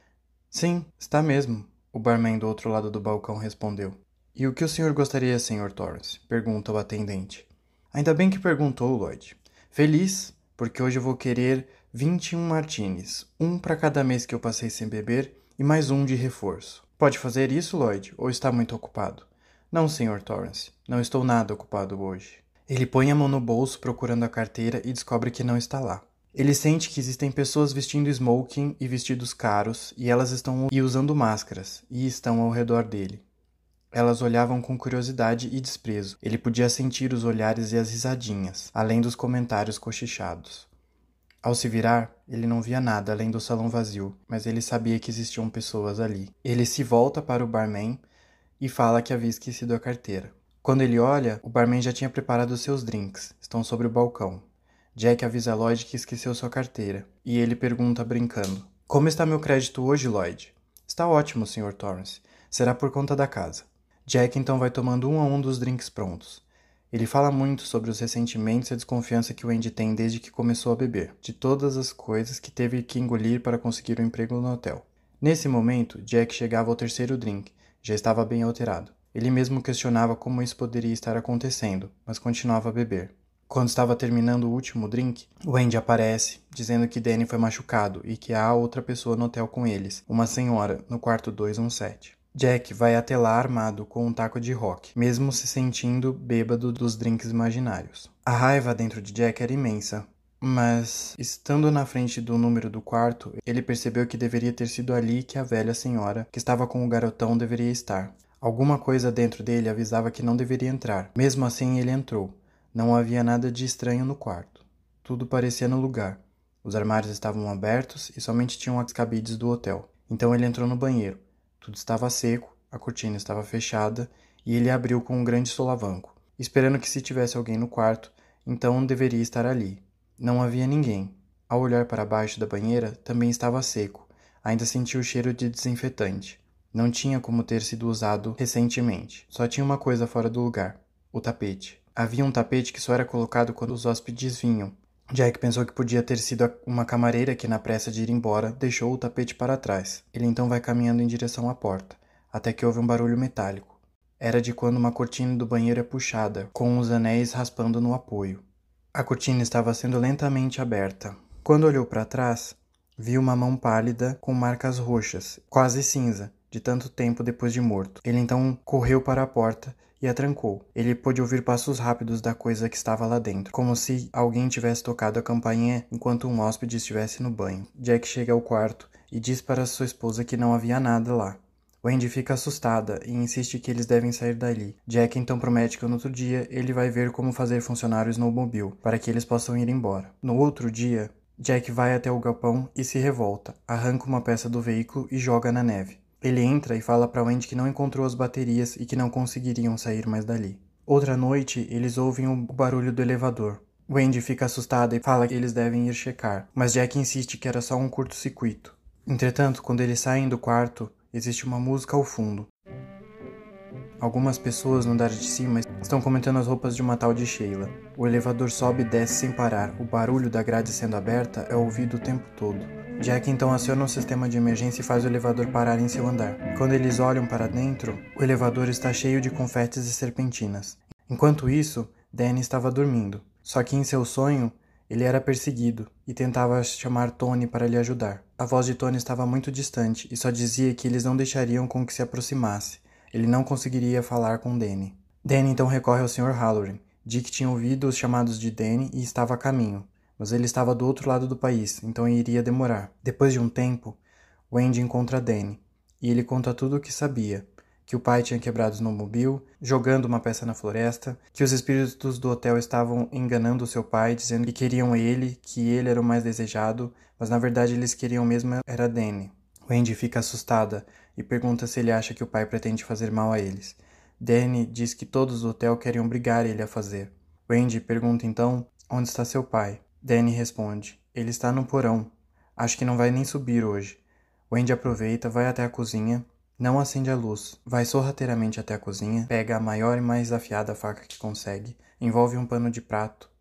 Sim, está mesmo, o barman do outro lado do balcão respondeu. E o que o senhor gostaria, senhor Torrance? Pergunta o atendente. Ainda bem que perguntou, Lloyd. Feliz, porque hoje eu vou querer vinte e um martinis, um para cada mês que eu passei sem beber e mais um de reforço. Pode fazer isso, Lloyd, ou está muito ocupado? Não, senhor Torrance, não estou nada ocupado hoje. Ele põe a mão no bolso procurando a carteira e descobre que não está lá. Ele sente que existem pessoas vestindo smoking e vestidos caros e elas estão e usando máscaras e estão ao redor dele. Elas olhavam com curiosidade e desprezo. Ele podia sentir os olhares e as risadinhas, além dos comentários cochichados. Ao se virar, ele não via nada além do salão vazio, mas ele sabia que existiam pessoas ali. Ele se volta para o barman e fala que havia esquecido a carteira. Quando ele olha, o barman já tinha preparado seus drinks. Estão sobre o balcão. Jack avisa Lloyd que esqueceu sua carteira, e ele pergunta brincando. Como está meu crédito hoje, Lloyd? Está ótimo, senhor Torrance. Será por conta da casa. Jack então vai tomando um a um dos drinks prontos. Ele fala muito sobre os ressentimentos e a desconfiança que o Andy tem desde que começou a beber, de todas as coisas que teve que engolir para conseguir um emprego no hotel. Nesse momento, Jack chegava ao terceiro drink, já estava bem alterado. Ele mesmo questionava como isso poderia estar acontecendo, mas continuava a beber. Quando estava terminando o último drink, o Andy aparece, dizendo que Danny foi machucado e que há outra pessoa no hotel com eles, uma senhora, no quarto duzentos e dezessete. Jack vai até lá armado com um taco de rock, mesmo se sentindo bêbado dos drinks imaginários. A raiva dentro de Jack era imensa, mas, estando na frente do número do quarto, ele percebeu que deveria ter sido ali que a velha senhora, que estava com o garotão, deveria estar. Alguma coisa dentro dele avisava que não deveria entrar. Mesmo assim, ele entrou. Não havia nada de estranho no quarto. Tudo parecia no lugar. Os armários estavam abertos e somente tinham as cabides do hotel. Então ele entrou no banheiro. Tudo estava seco, a cortina estava fechada e ele abriu com um grande solavanco, esperando que se tivesse alguém no quarto, então deveria estar ali. Não havia ninguém. Ao olhar para baixo da banheira, também estava seco. Ainda sentia o cheiro de desinfetante. Não tinha como ter sido usado recentemente. Só tinha uma coisa fora do lugar: o tapete. Havia um tapete que só era colocado quando os hóspedes vinham. Jack pensou que podia ter sido uma camareira que, na pressa de ir embora, deixou o tapete para trás. Ele então vai caminhando em direção à porta, até que houve um barulho metálico. Era de quando uma cortina do banheiro é puxada, com os anéis raspando no apoio. A cortina estava sendo lentamente aberta. Quando olhou para trás, viu uma mão pálida com marcas roxas, quase cinza, de tanto tempo depois de morto. Ele então correu para a porta e a trancou. Ele pôde ouvir passos rápidos da coisa que estava lá dentro, como se alguém tivesse tocado a campainha enquanto um hóspede estivesse no banho. Jack chega ao quarto e diz para sua esposa que não havia nada lá. Wendy fica assustada e insiste que eles devem sair dali. Jack então promete que no outro dia ele vai ver como fazer funcionar o snowmobile, para que eles possam ir embora. No outro dia, Jack vai até o galpão e se revolta, arranca uma peça do veículo e joga na neve. Ele entra e fala para Wendy que não encontrou as baterias e que não conseguiriam sair mais dali. Outra noite, eles ouvem o barulho do elevador. Wendy fica assustada e fala que eles devem ir checar, mas Jack insiste que era só um curto-circuito. Entretanto, quando eles saem do quarto, existe uma música ao fundo. Algumas pessoas no andar de cima estão comentando as roupas de uma tal de Sheila. O elevador sobe e desce sem parar. O barulho da grade sendo aberta é ouvido o tempo todo. Jack então aciona um sistema de emergência e faz o elevador parar em seu andar. Quando eles olham para dentro, o elevador está cheio de confetes e serpentinas. Enquanto isso, Danny estava dormindo. Só que em seu sonho, ele era perseguido e tentava chamar Tony para lhe ajudar. A voz de Tony estava muito distante e só dizia que eles não deixariam com que se aproximasse. Ele não conseguiria falar com Danny. Danny então recorre ao senhor Halloran. Dick tinha ouvido os chamados de Danny e estava a caminho, mas ele estava do outro lado do país, então iria demorar. Depois de um tempo, Wendy encontra Danny, e ele conta tudo o que sabia, que o pai tinha quebrado o snowmobile, jogando uma peça na floresta, que os espíritos do hotel estavam enganando seu pai, dizendo que queriam ele, que ele era o mais desejado, mas na verdade eles queriam mesmo era Danny. Wendy fica assustada e pergunta se ele acha que o pai pretende fazer mal a eles. Danny diz que todos do hotel querem obrigar ele a fazer. Wendy pergunta então onde está seu pai. Danny responde: ele está no porão. Acho que não vai nem subir hoje. Wendy aproveita, vai até a cozinha, não acende a luz, vai sorrateiramente até a cozinha, pega a maior e mais afiada faca que consegue, envolve um pano de prato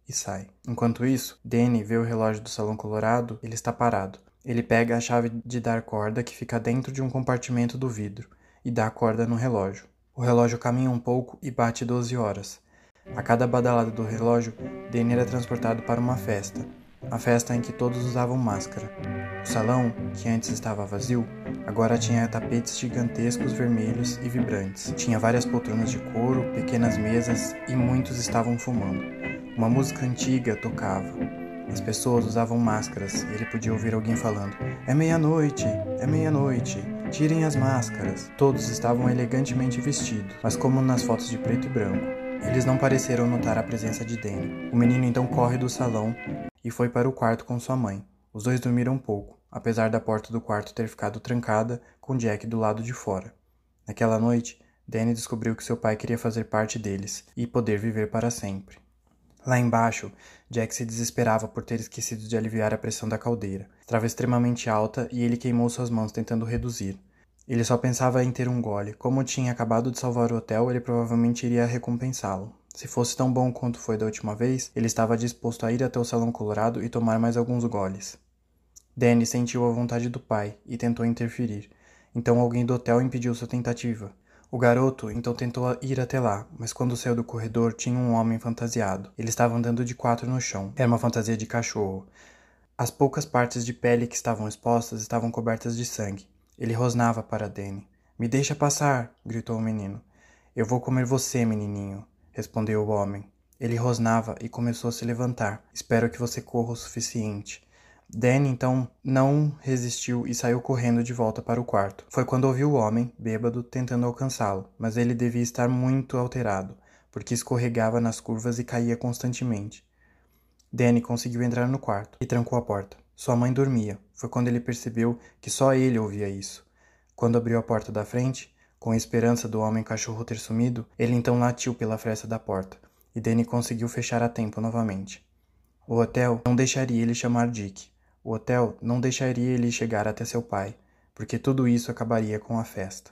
e sai. Enquanto isso, Danny vê o relógio do Salão Colorado, ele está parado. Ele pega a chave de dar corda que fica dentro de um compartimento do vidro e dá a corda no relógio. O relógio caminha um pouco e bate doze horas. A cada badalada do relógio, Danny era transportado para uma festa, a festa em que todos usavam máscara. O salão, que antes estava vazio, agora tinha tapetes gigantescos vermelhos e vibrantes. Tinha várias poltronas de couro, pequenas mesas e muitos estavam fumando. Uma música antiga tocava. As pessoas usavam máscaras e ele podia ouvir alguém falando: "É meia-noite, é meia-noite, tirem as máscaras." Todos estavam elegantemente vestidos, mas como nas fotos de preto e branco. Eles não pareceram notar a presença de Danny. O menino então corre do salão e foi para o quarto com sua mãe. Os dois dormiram pouco, apesar da porta do quarto ter ficado trancada, com Jack do lado de fora. Naquela noite, Danny descobriu que seu pai queria fazer parte deles e poder viver para sempre. Lá embaixo, Jack se desesperava por ter esquecido de aliviar a pressão da caldeira. Estava extremamente alta e ele queimou suas mãos tentando reduzir. Ele só pensava em ter um gole. Como tinha acabado de salvar o hotel, ele provavelmente iria recompensá-lo. Se fosse tão bom quanto foi da última vez, ele estava disposto a ir até o Salão Colorado e tomar mais alguns goles. Danny sentiu a vontade do pai e tentou interferir. Então alguém do hotel impediu sua tentativa. O garoto então tentou ir até lá, mas quando saiu do corredor tinha um homem fantasiado. Ele estava andando de quatro no chão. Era uma fantasia de cachorro. As poucas partes de pele que estavam expostas estavam cobertas de sangue. Ele rosnava para Danny. "Me deixa passar!" gritou o menino. "Eu vou comer você, menininho", respondeu o homem. Ele rosnava e começou a se levantar. "Espero que você corra o suficiente." Danny então não resistiu e saiu correndo de volta para o quarto. Foi quando ouviu o homem, bêbado, tentando alcançá-lo, mas ele devia estar muito alterado, porque escorregava nas curvas e caía constantemente. Danny conseguiu entrar no quarto e trancou a porta. Sua mãe dormia. Foi quando ele percebeu que só ele ouvia isso. Quando abriu a porta da frente, com a esperança do homem-cachorro ter sumido, ele então latiu pela fresta da porta, e Danny conseguiu fechar a tempo novamente. O hotel não deixaria ele chamar Dick. O hotel não deixaria ele chegar até seu pai, porque tudo isso acabaria com a festa.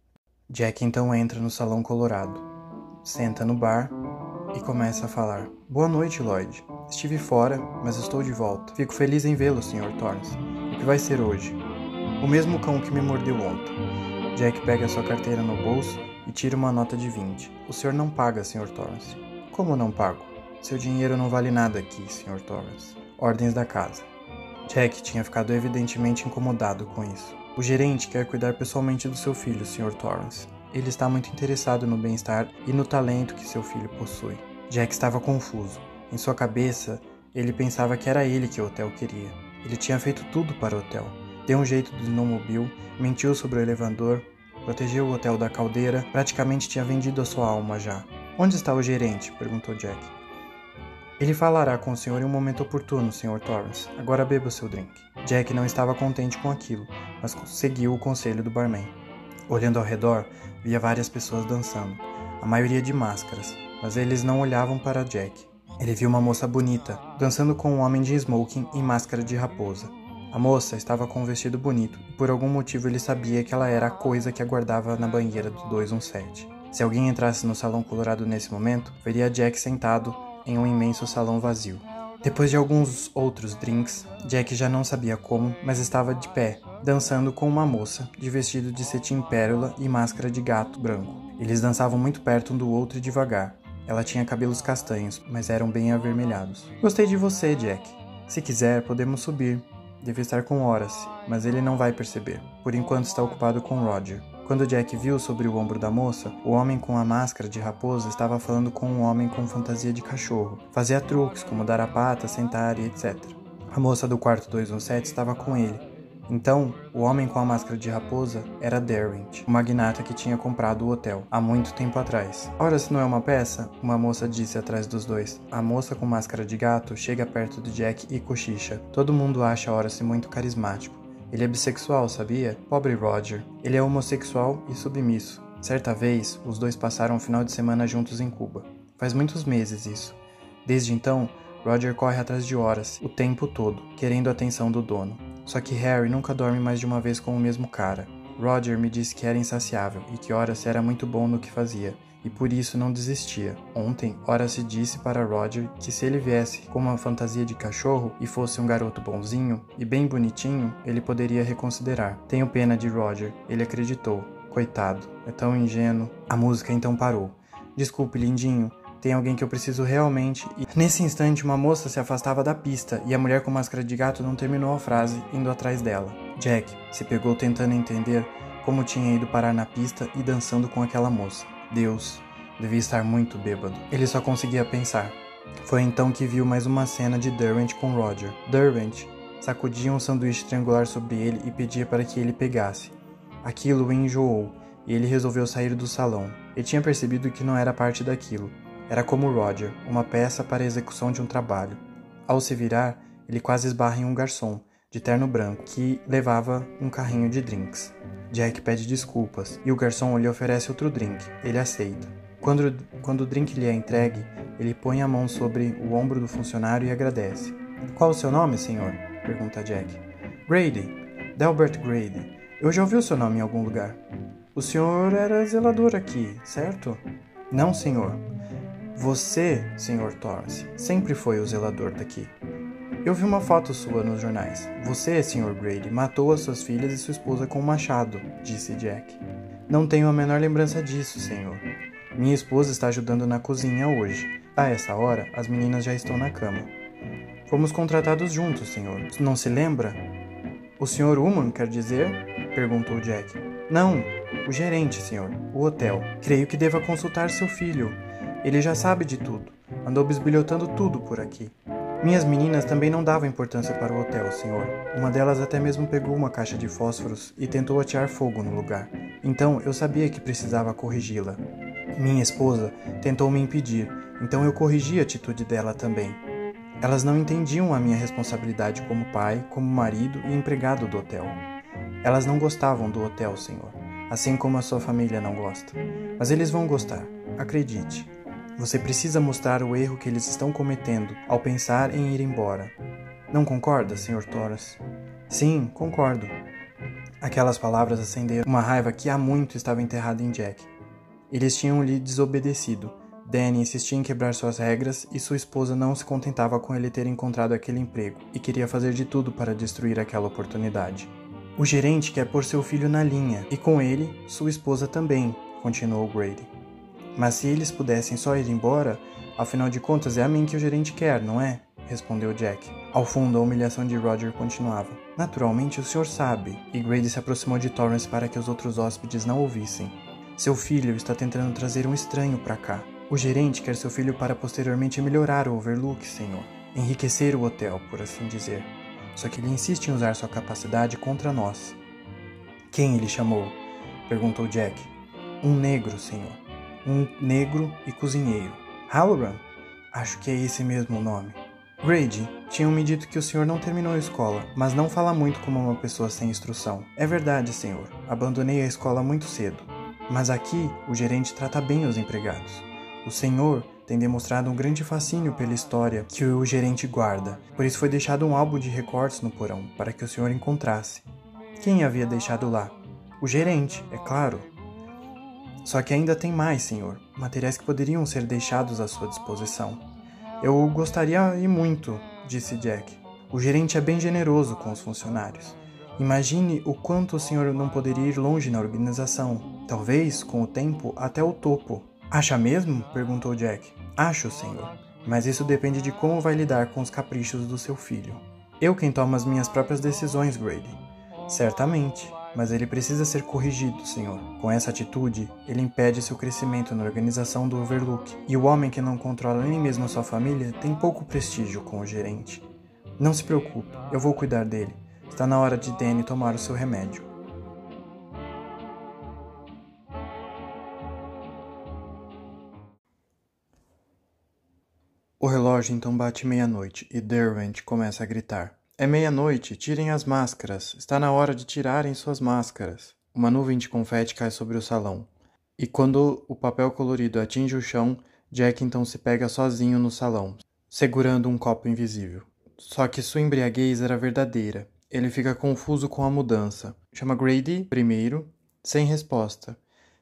Jack então entra no Salão Colorado, senta no bar e começa a falar. "Boa noite, Lloyd. Estive fora, mas estou de volta. Fico feliz em vê-lo, senhor Torrance. O que vai ser hoje?" "O mesmo cão que me mordeu ontem." Jack pega sua carteira no bolso e tira uma nota de vinte. "O senhor não paga, senhor Torrance." "Como não pago? Seu dinheiro não vale nada aqui, senhor Torrance." Ordens da casa. Jack tinha ficado evidentemente incomodado com isso. "O gerente quer cuidar pessoalmente do seu filho, senhor Torrance. Ele está muito interessado no bem-estar e no talento que seu filho possui." Jack estava confuso. Em sua cabeça, ele pensava que era ele que o hotel queria. Ele tinha feito tudo para o hotel. Deu um jeito do snowmobile, mentiu sobre o elevador, protegeu o hotel da caldeira, praticamente tinha vendido a sua alma já. "Onde está o gerente?" perguntou Jack. "Ele falará com o senhor em um momento oportuno, senhor Torrance. Agora beba o seu drink." Jack não estava contente com aquilo, mas seguiu o conselho do barman. Olhando ao redor, via várias pessoas dançando, a maioria de máscaras, mas eles não olhavam para Jack. Ele viu uma moça bonita, dançando com um homem de smoking e máscara de raposa. A moça estava com um vestido bonito, e por algum motivo ele sabia que ela era a coisa que aguardava na banheira do duzentos e dezessete. Se alguém entrasse no Salão Colorado nesse momento, veria Jack sentado em um imenso salão vazio. Depois de alguns outros drinks, Jack já não sabia como, mas estava de pé, dançando com uma moça, de vestido de cetim pérola e máscara de gato branco. Eles dançavam muito perto um do outro e devagar. Ela tinha cabelos castanhos, mas eram bem avermelhados. "Gostei de você, Jack. Se quiser, podemos subir." Deve estar com Horace, mas ele não vai perceber. Por enquanto está ocupado com Roger. Quando Jack viu sobre o ombro da moça, o homem com a máscara de raposa estava falando com um homem com fantasia de cachorro. Fazia truques, como dar a pata, sentar e etcétera. A moça do quarto duzentos e dezessete estava com ele. Então, o homem com a máscara de raposa era Derwent, o magnata que tinha comprado o hotel, há muito tempo atrás. "Ora, se não é uma peça?" uma moça disse atrás dos dois. A moça com máscara de gato chega perto de Jack e cochicha. Todo mundo acha Horace muito carismático. Ele é bissexual, sabia? Pobre Roger. Ele é homossexual e submisso. Certa vez, os dois passaram um final de semana juntos em Cuba. Faz muitos meses isso. Desde então, Roger corre atrás de Horace o tempo todo, querendo a atenção do dono. Só que Harry nunca dorme mais de uma vez com o mesmo cara. Roger me disse que era insaciável e que Horace era muito bom no que fazia, e por isso não desistia. Ontem, ora se disse para Roger que se ele viesse com uma fantasia de cachorro e fosse um garoto bonzinho e bem bonitinho, ele poderia reconsiderar. Tenho pena de Roger, ele acreditou. Coitado, é tão ingênuo. A música então parou. Desculpe, lindinho, tem alguém que eu preciso realmente... E... Nesse instante, uma moça se afastava da pista e a mulher com máscara de gato não terminou a frase, indo atrás dela. Jack se pegou tentando entender como tinha ido parar na pista e dançando com aquela moça. Deus, devia estar muito bêbado. Ele só conseguia pensar. Foi então que viu mais uma cena de Derwent com Roger. Derwent sacudia um sanduíche triangular sobre ele e pedia para que ele pegasse. Aquilo o enjoou e ele resolveu sair do salão. Ele tinha percebido que não era parte daquilo. Era como Roger, uma peça para a execução de um trabalho. Ao se virar, ele quase esbarra em um garçom, de terno branco, que levava um carrinho de drinks. Jack pede desculpas, e o garçom lhe oferece outro drink. Ele aceita. Quando, quando o drink lhe é entregue, ele põe a mão sobre o ombro do funcionário e agradece. — Qual o seu nome, senhor? — pergunta Jack. — Grady. Delbert Grady. Eu já ouvi o seu nome em algum lugar. O senhor era zelador aqui, certo? — Não, senhor. Você, senhor Torrance, sempre foi o zelador daqui. Eu vi uma foto sua nos jornais. Você, senhor Grady, matou as suas filhas e sua esposa com um machado, disse Jack. Não tenho a menor lembrança disso, senhor. Minha esposa está ajudando na cozinha hoje. A essa hora, as meninas já estão na cama. Fomos contratados juntos, senhor. Não se lembra? O senhor Ullman, quer dizer? Perguntou Jack. Não, o gerente, senhor. O hotel. Creio que deva consultar seu filho. Ele já sabe de tudo. Andou bisbilhotando tudo por aqui. Minhas meninas também não davam importância para o hotel, senhor. Uma delas até mesmo pegou uma caixa de fósforos e tentou atear fogo no lugar. Então eu sabia que precisava corrigi-la. Minha esposa tentou me impedir, então eu corrigi a atitude dela também. Elas não entendiam a minha responsabilidade como pai, como marido e empregado do hotel. Elas não gostavam do hotel, senhor, assim como a sua família não gosta. Mas eles vão gostar, acredite. Você precisa mostrar o erro que eles estão cometendo ao pensar em ir embora. Não concorda, senhor Torrance? Sim, concordo. Aquelas palavras acenderam uma raiva que há muito estava enterrada em Jack. Eles tinham lhe desobedecido. Danny insistia em quebrar suas regras e sua esposa não se contentava com ele ter encontrado aquele emprego e queria fazer de tudo para destruir aquela oportunidade. O gerente quer pôr seu filho na linha e com ele, sua esposa também, continuou Grady. Mas se eles pudessem só ir embora, afinal de contas é a mim que o gerente quer, não é? Respondeu Jack. Ao fundo, a humilhação de Roger continuava. Naturalmente, o senhor sabe. E Grady se aproximou de Torrance para que os outros hóspedes não ouvissem. Seu filho está tentando trazer um estranho para cá. O gerente quer seu filho para posteriormente melhorar o Overlook, senhor. Enriquecer o hotel, por assim dizer. Só que ele insiste em usar sua capacidade contra nós. Quem ele chamou? Perguntou Jack. Um negro, senhor. Um negro e cozinheiro. Halloran? Acho que é esse mesmo o nome. Grady, tinham-me dito que o senhor não terminou a escola, mas não fala muito como uma pessoa sem instrução. É verdade, senhor. Abandonei a escola muito cedo. Mas aqui, o gerente trata bem os empregados. O senhor tem demonstrado um grande fascínio pela história que o gerente guarda. Por isso foi deixado um álbum de recortes no porão, para que o senhor encontrasse. Quem havia deixado lá? O gerente, é claro. Só que ainda tem mais, senhor. Materiais que poderiam ser deixados à sua disposição. Eu gostaria e muito, disse Jack. O gerente é bem generoso com os funcionários. Imagine o quanto o senhor não poderia ir longe na organização. Talvez, com o tempo, até o topo. Acha mesmo? Perguntou Jack. Acho, senhor. Mas isso depende de como vai lidar com os caprichos do seu filho. Eu quem tomo as minhas próprias decisões, Grady. Certamente. Mas ele precisa ser corrigido, senhor. Com essa atitude, ele impede seu crescimento na organização do Overlook. E o homem que não controla nem mesmo a sua família tem pouco prestígio com o gerente. Não se preocupe, eu vou cuidar dele. Está na hora de Danny tomar o seu remédio. O relógio então bate meia-noite e Derwent começa a gritar. É meia-noite, tirem as máscaras. Está na hora de tirarem suas máscaras. Uma nuvem de confete cai sobre o salão. E quando o papel colorido atinge o chão, Jack então se pega sozinho no salão, segurando um copo invisível. Só que sua embriaguez era verdadeira. Ele fica confuso com a mudança. Chama Grady primeiro, sem resposta.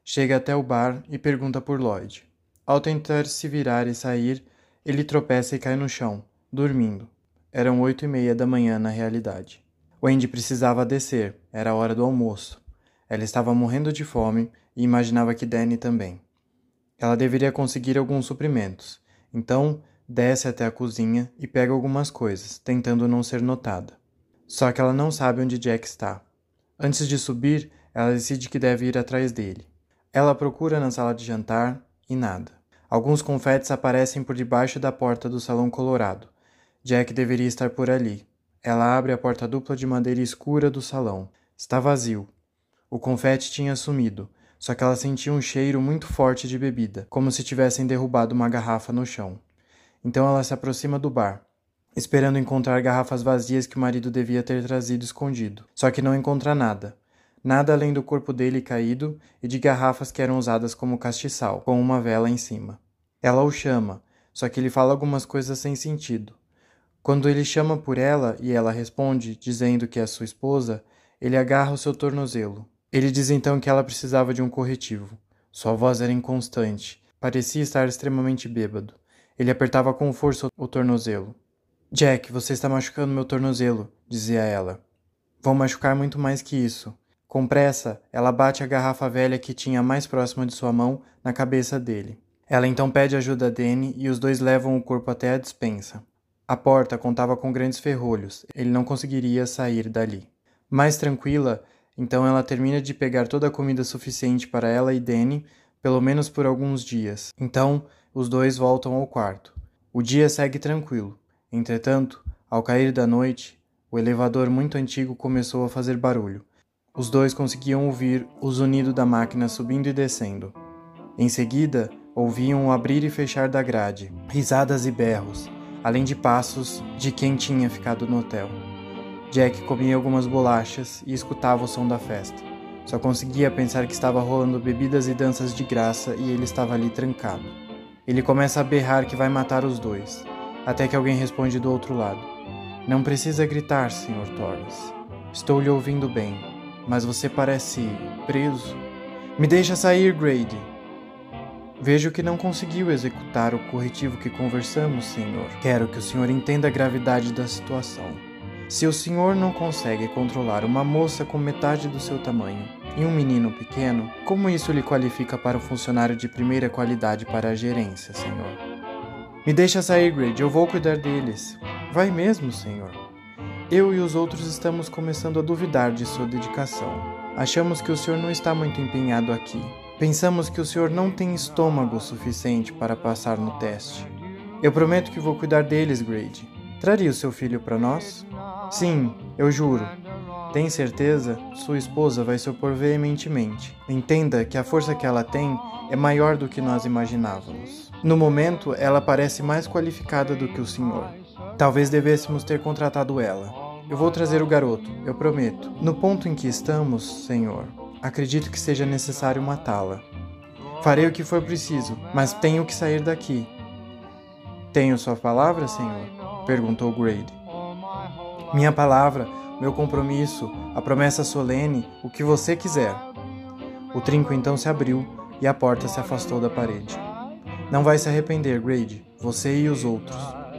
chega até o bar e pergunta por Lloyd. Ao tentar se virar e sair, ele tropeça e cai no chão, dormindo. Eram oito e meia da manhã na realidade. Wendy precisava descer, era a hora do almoço. Ela estava morrendo de fome e imaginava que Danny também. Ela deveria conseguir alguns suprimentos, então desce até a cozinha e pega algumas coisas, tentando não ser notada. Só que ela não sabe onde Jack está. Antes de subir, ela decide que deve ir atrás dele. Ela procura na sala de jantar e nada. Alguns confetes aparecem por debaixo da porta do salão colorado. Jack deveria estar por ali. Ela abre a porta dupla de madeira escura do salão. Está vazio. O confete tinha sumido, só que ela sentia um cheiro muito forte de bebida, como se tivessem derrubado uma garrafa no chão. Então ela se aproxima do bar, esperando encontrar garrafas vazias que o marido devia ter trazido escondido. Só que não encontra nada. Nada além do corpo dele caído e de garrafas que eram usadas como castiçal, com uma vela em cima. Ela o chama, só que ele fala algumas coisas sem sentido. Quando ele chama por ela e ela responde, dizendo que é sua esposa, ele agarra o seu tornozelo. Ele diz então que ela precisava de um corretivo. Sua voz era inconstante, parecia estar extremamente bêbado. Ele apertava com força o tornozelo. Jack, você está machucando meu tornozelo, dizia ela. Vou machucar muito mais que isso. Com pressa, ela bate a garrafa velha que tinha mais próxima de sua mão na cabeça dele. Ela então pede ajuda a Danny e os dois levam o corpo até a despensa. A porta contava com grandes ferrolhos, ele não conseguiria sair dali. Mais tranquila, então ela termina de pegar toda a comida suficiente para ela e Danny, pelo menos por alguns dias. Então, os dois voltam ao quarto. O dia segue tranquilo. Entretanto, ao cair da noite, o elevador muito antigo começou a fazer barulho. Os dois conseguiam ouvir o zunido da máquina subindo e descendo. Em seguida, ouviam o abrir e fechar da grade, risadas e berros, além de passos de quem tinha ficado no hotel. Jack comia algumas bolachas e escutava o som da festa. Só conseguia pensar que estava rolando bebidas e danças de graça e ele estava ali trancado. Ele começa a berrar que vai matar os dois, até que alguém responde do outro lado. Não precisa gritar, senhor Torres. Estou lhe ouvindo bem, mas você parece preso. Me deixa sair, Grady. Vejo que não conseguiu executar o corretivo que conversamos, senhor. Quero que o senhor entenda a gravidade da situação. Se o senhor não consegue controlar uma moça com metade do seu tamanho e um menino pequeno, como isso lhe qualifica para um funcionário de primeira qualidade para a gerência, senhor? Me deixa sair, Grady, eu vou cuidar deles. Vai mesmo, senhor. Eu e os outros estamos começando a duvidar de sua dedicação. Achamos que o senhor não está muito empenhado aqui. Pensamos que o senhor não tem estômago suficiente para passar no teste. Eu prometo que vou cuidar deles, Grady. Traria o seu filho para nós? Sim, eu juro. Tem certeza? Sua esposa vai se opor veementemente. Entenda que a força que ela tem é maior do que nós imaginávamos. No momento, ela parece mais qualificada do que o senhor. Talvez devêssemos ter contratado ela. Eu vou trazer o garoto, eu prometo. No ponto em que estamos, senhor, acredito que seja necessário matá-la. Farei o que for preciso, mas tenho que sair daqui. Tenho sua palavra, senhor? Perguntou Grady. Minha palavra, meu compromisso, a promessa solene, o que você quiser. O trinco então se abriu e a porta se afastou da parede. Não vai se arrepender, Grady, você e os outros.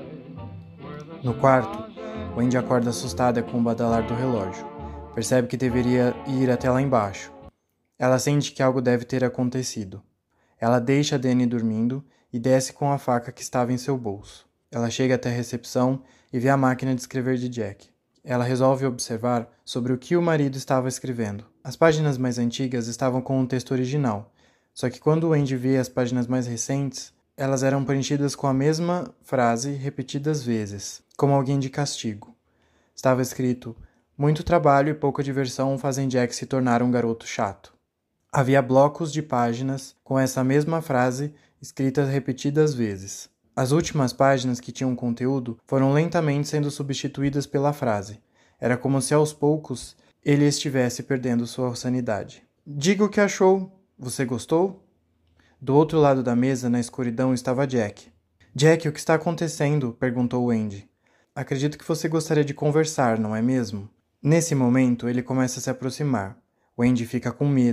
No quarto, Wendy acorda assustada com o badalar do relógio. Percebe que deveria ir até lá embaixo. Ela sente que algo deve ter acontecido. Ela deixa Danny dormindo e desce com a faca que estava em seu bolso. Ela chega até a recepção e vê a máquina de escrever de Jack. Ela resolve observar sobre o que o marido estava escrevendo. As páginas mais antigas estavam com o texto original, só que quando Wendy vê as páginas mais recentes, elas eram preenchidas com a mesma frase repetidas vezes, como alguém de castigo. Estava escrito: muito trabalho e pouca diversão fazem Jack se tornar um garoto chato. Havia blocos de páginas com essa mesma frase escritas repetidas vezes. As últimas páginas que tinham conteúdo foram lentamente sendo substituídas pela frase. Era como se aos poucos ele estivesse perdendo sua sanidade. Diga o que achou. Você gostou? Do outro lado da mesa, na escuridão, estava Jack. Jack, o que está acontecendo? Perguntou Wendy. Acredito que você gostaria de conversar, não é mesmo? Nesse momento, ele começa a se aproximar. Wendy fica com medo.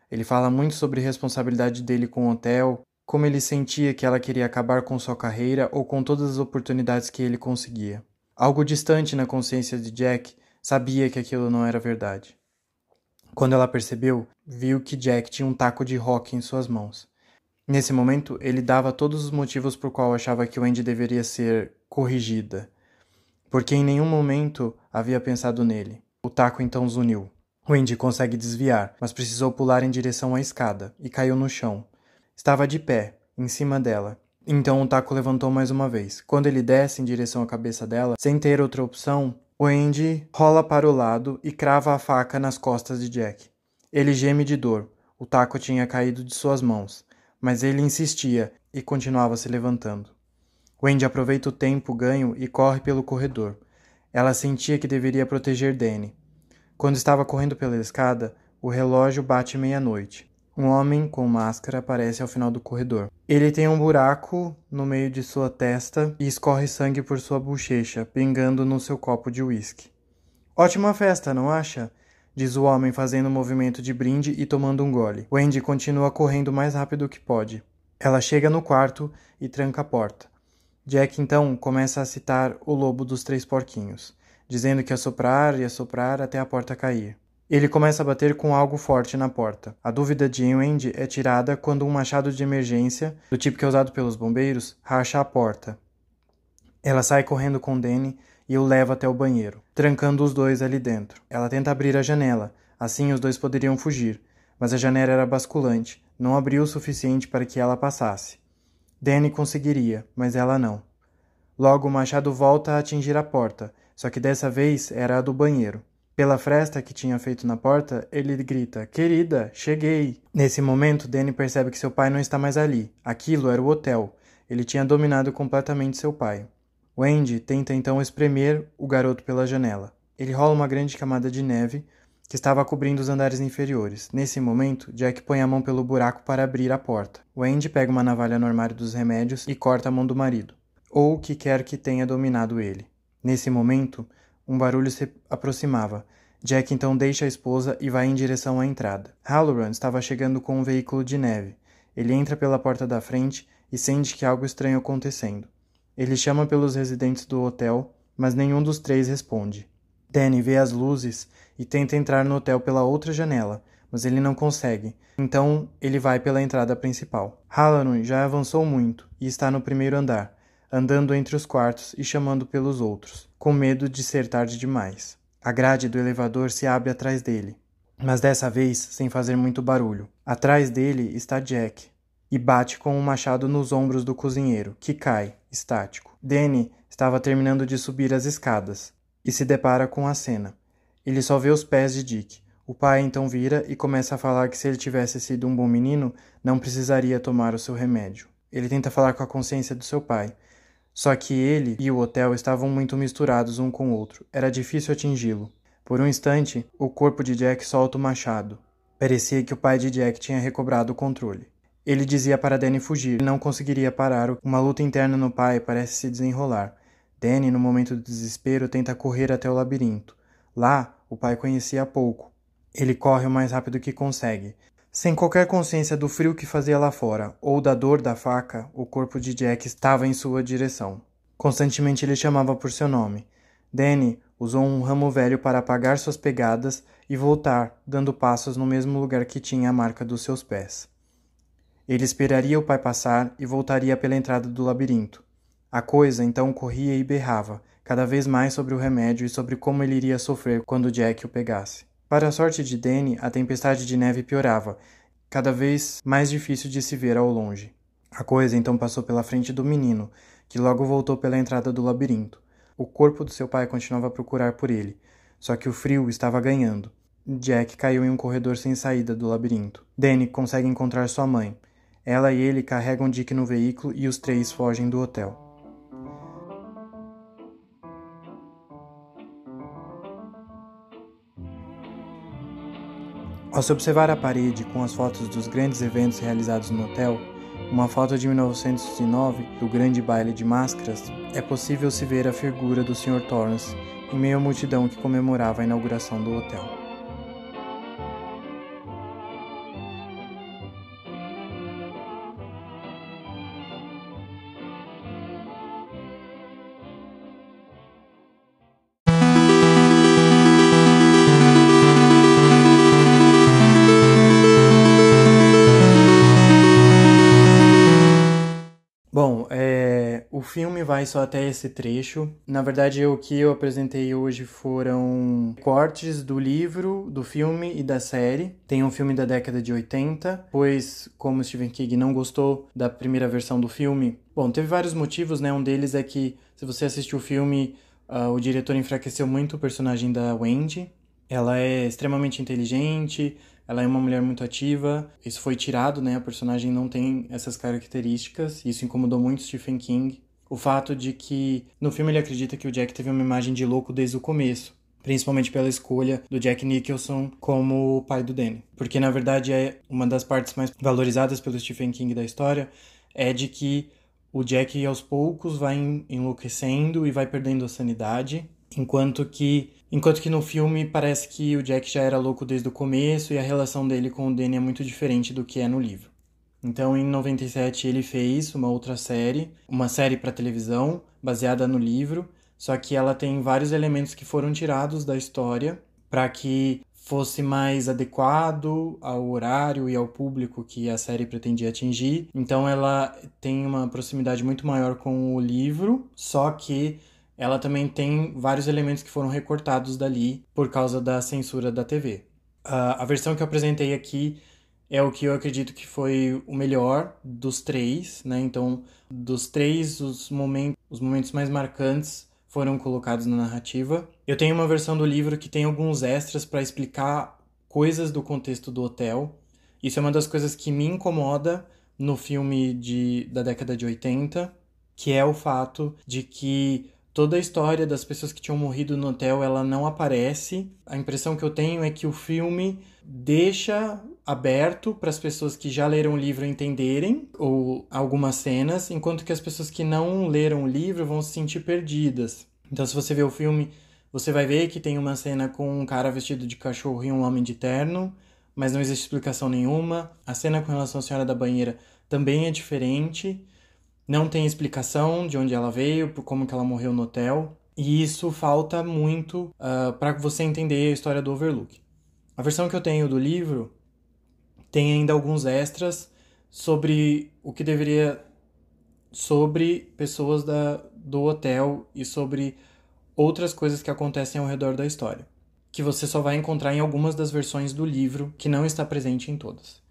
Ele fala muito sobre a responsabilidade dele com o hotel, como ele sentia que ela queria acabar com sua carreira ou com todas as oportunidades que ele conseguia. Algo distante na consciência de Jack sabia que aquilo não era verdade. Quando ela percebeu, viu que Jack tinha um taco de rock em suas mãos. Nesse momento, ele dava todos os motivos por qual achava que Wendy deveria ser corrigida, porque em nenhum momento havia pensado nele. O taco então zuniu. Wendy consegue desviar, mas precisou pular em direção à escada e caiu no chão. Estava de pé, em cima dela. Então o taco levantou mais uma vez. Quando ele desce em direção à cabeça dela, sem ter outra opção, Wendy rola para o lado e crava a faca nas costas de Jack. Ele geme de dor. O taco tinha caído de suas mãos, mas ele insistia e continuava se levantando. Wendy aproveita o tempo ganho e corre pelo corredor. Ela sentia que deveria proteger Danny. Quando estava correndo pela escada, o relógio bate meia-noite. Um homem com máscara aparece ao final do corredor. Ele tem um buraco no meio de sua testa e escorre sangue por sua bochecha, pingando no seu copo de uísque. Ótima festa, não acha? Diz o homem fazendo um movimento de brinde e tomando um gole. Wendy continua correndo o mais rápido que pode. Ela chega no quarto e tranca a porta. Jack então começa a citar o lobo dos três porquinhos, dizendo que ia soprar e assoprar até a porta cair. Ele começa a bater com algo forte na porta. A dúvida de Wendy é tirada quando um machado de emergência, do tipo que é usado pelos bombeiros, racha a porta. Ela sai correndo com Danny e o leva até o banheiro, trancando os dois ali dentro. Ela tenta abrir a janela, assim os dois poderiam fugir, mas a janela era basculante, não abriu o suficiente para que ela passasse. Danny conseguiria, mas ela não. Logo o machado volta a atingir a porta, só que dessa vez era a do banheiro. Pela fresta que tinha feito na porta, ele grita, "Querida, cheguei!" Nesse momento, Danny percebe que seu pai não está mais ali. Aquilo era o hotel. Ele tinha dominado completamente seu pai. Wendy tenta então espremer o garoto pela janela. Ele rola uma grande camada de neve que estava cobrindo os andares inferiores. Nesse momento, Jack põe a mão pelo buraco para abrir a porta. Wendy pega uma navalha no armário dos remédios e corta a mão do marido, ou o que quer que tenha dominado ele. Nesse momento, um barulho se aproximava. Jack então deixa a esposa e vai em direção à entrada. Halloran estava chegando com um veículo de neve. Ele entra pela porta da frente e sente que algo estranho acontecendo. Ele chama pelos residentes do hotel, mas nenhum dos três responde. Danny vê as luzes e tenta entrar no hotel pela outra janela, mas ele não consegue. Então ele vai pela entrada principal. Halloran já avançou muito e está no primeiro andar, andando entre os quartos e chamando pelos outros, com medo de ser tarde demais. A grade do elevador se abre atrás dele, mas dessa vez sem fazer muito barulho. Atrás dele está Jack, e bate com um machado nos ombros do cozinheiro, que cai, estático. Danny estava terminando de subir as escadas, e se depara com a cena. Ele só vê os pés de Dick. O pai então vira e começa a falar que se ele tivesse sido um bom menino, não precisaria tomar o seu remédio. Ele tenta falar com a consciência do seu pai, só que ele e o hotel estavam muito misturados um com o outro. Era difícil atingi-lo. Por um instante, o corpo de Jack solta o machado. Parecia que o pai de Jack tinha recobrado o controle. Ele dizia para Danny fugir. Ele não conseguiria parar. Uma luta interna no pai parece se desenrolar. Danny, no momento do desespero, tenta correr até o labirinto. Lá, o pai conhecia pouco. Ele corre o mais rápido que consegue. Sem qualquer consciência do frio que fazia lá fora, ou da dor da faca, o corpo de Jack estava em sua direção. Constantemente ele chamava por seu nome. Danny usou um ramo velho para apagar suas pegadas e voltar, dando passos no mesmo lugar que tinha a marca dos seus pés. Ele esperaria o pai passar e voltaria pela entrada do labirinto. A coisa então corria e berrava, cada vez mais sobre o remédio e sobre como ele iria sofrer quando Jack o pegasse. Para a sorte de Danny, a tempestade de neve piorava, cada vez mais difícil de se ver ao longe. A coisa então passou pela frente do menino, que logo voltou pela entrada do labirinto. O corpo do seu pai continuava a procurar por ele, só que o frio estava ganhando. Jack caiu em um corredor sem saída do labirinto. Danny consegue encontrar sua mãe. Ela e ele carregam Dick no veículo e os três fogem do hotel. Ao se observar a parede com as fotos dos grandes eventos realizados no hotel, uma foto de mil novecentos e nove do grande baile de máscaras, é possível se ver a figura do senhor Torrance em meio à multidão que comemorava a inauguração do hotel. filme vai só até esse trecho. Na verdade, o que eu apresentei hoje foram cortes do livro, do filme e da série. Tem um filme da década de oitenta, pois, como Stephen King não gostou da primeira versão do filme... Bom, teve vários motivos, né? Um deles é que, se você assistiu o filme, uh, o diretor enfraqueceu muito o personagem da Wendy. Ela é extremamente inteligente, ela é uma mulher muito ativa. Isso foi tirado, né? A personagem não tem essas características. Isso incomodou muito Stephen King. O fato de que, no filme, ele acredita que o Jack teve uma imagem de louco desde o começo. Principalmente pela escolha do Jack Nicholson como o pai do Danny. Porque, na verdade, é uma das partes mais valorizadas pelo Stephen King da história é de que o Jack, aos poucos, vai enlouquecendo e vai perdendo a sanidade. Enquanto que, enquanto que no filme parece que o Jack já era louco desde o começo e a relação dele com o Danny é muito diferente do que é no livro. Então, em noventa e sete, ele fez uma outra série, uma série para televisão, baseada no livro, só que ela tem vários elementos que foram tirados da história para que fosse mais adequado ao horário e ao público que a série pretendia atingir. Então, ela tem uma proximidade muito maior com o livro, só que ela também tem vários elementos que foram recortados dali por causa da censura da T V. Uh, a versão que eu apresentei aqui é o que eu acredito que foi o melhor dos três, né? Então, dos três, os momentos, os momentos mais marcantes foram colocados na narrativa. Eu tenho uma versão do livro que tem alguns extras para explicar coisas do contexto do hotel. Isso é uma das coisas que me incomoda no filme de, da década de oitenta, que é o fato de que toda a história das pessoas que tinham morrido no hotel, ela não aparece. A impressão que eu tenho é que o filme deixa aberto para as pessoas que já leram o livro entenderem ou algumas cenas, enquanto que as pessoas que não leram o livro vão se sentir perdidas. Então, se você vê o filme, você vai ver que tem uma cena com um cara vestido de cachorro e um homem de terno, mas não existe explicação nenhuma. A cena com relação à senhora da banheira também é diferente. Não tem explicação de onde ela veio, por como que ela morreu no hotel. E isso falta muito uh, para você entender a história do Overlook. A versão que eu tenho do livro tem ainda alguns extras sobre o que deveria... sobre pessoas da, do hotel e sobre outras coisas que acontecem ao redor da história, que você só vai encontrar em algumas das versões do livro, que não está presente em todas.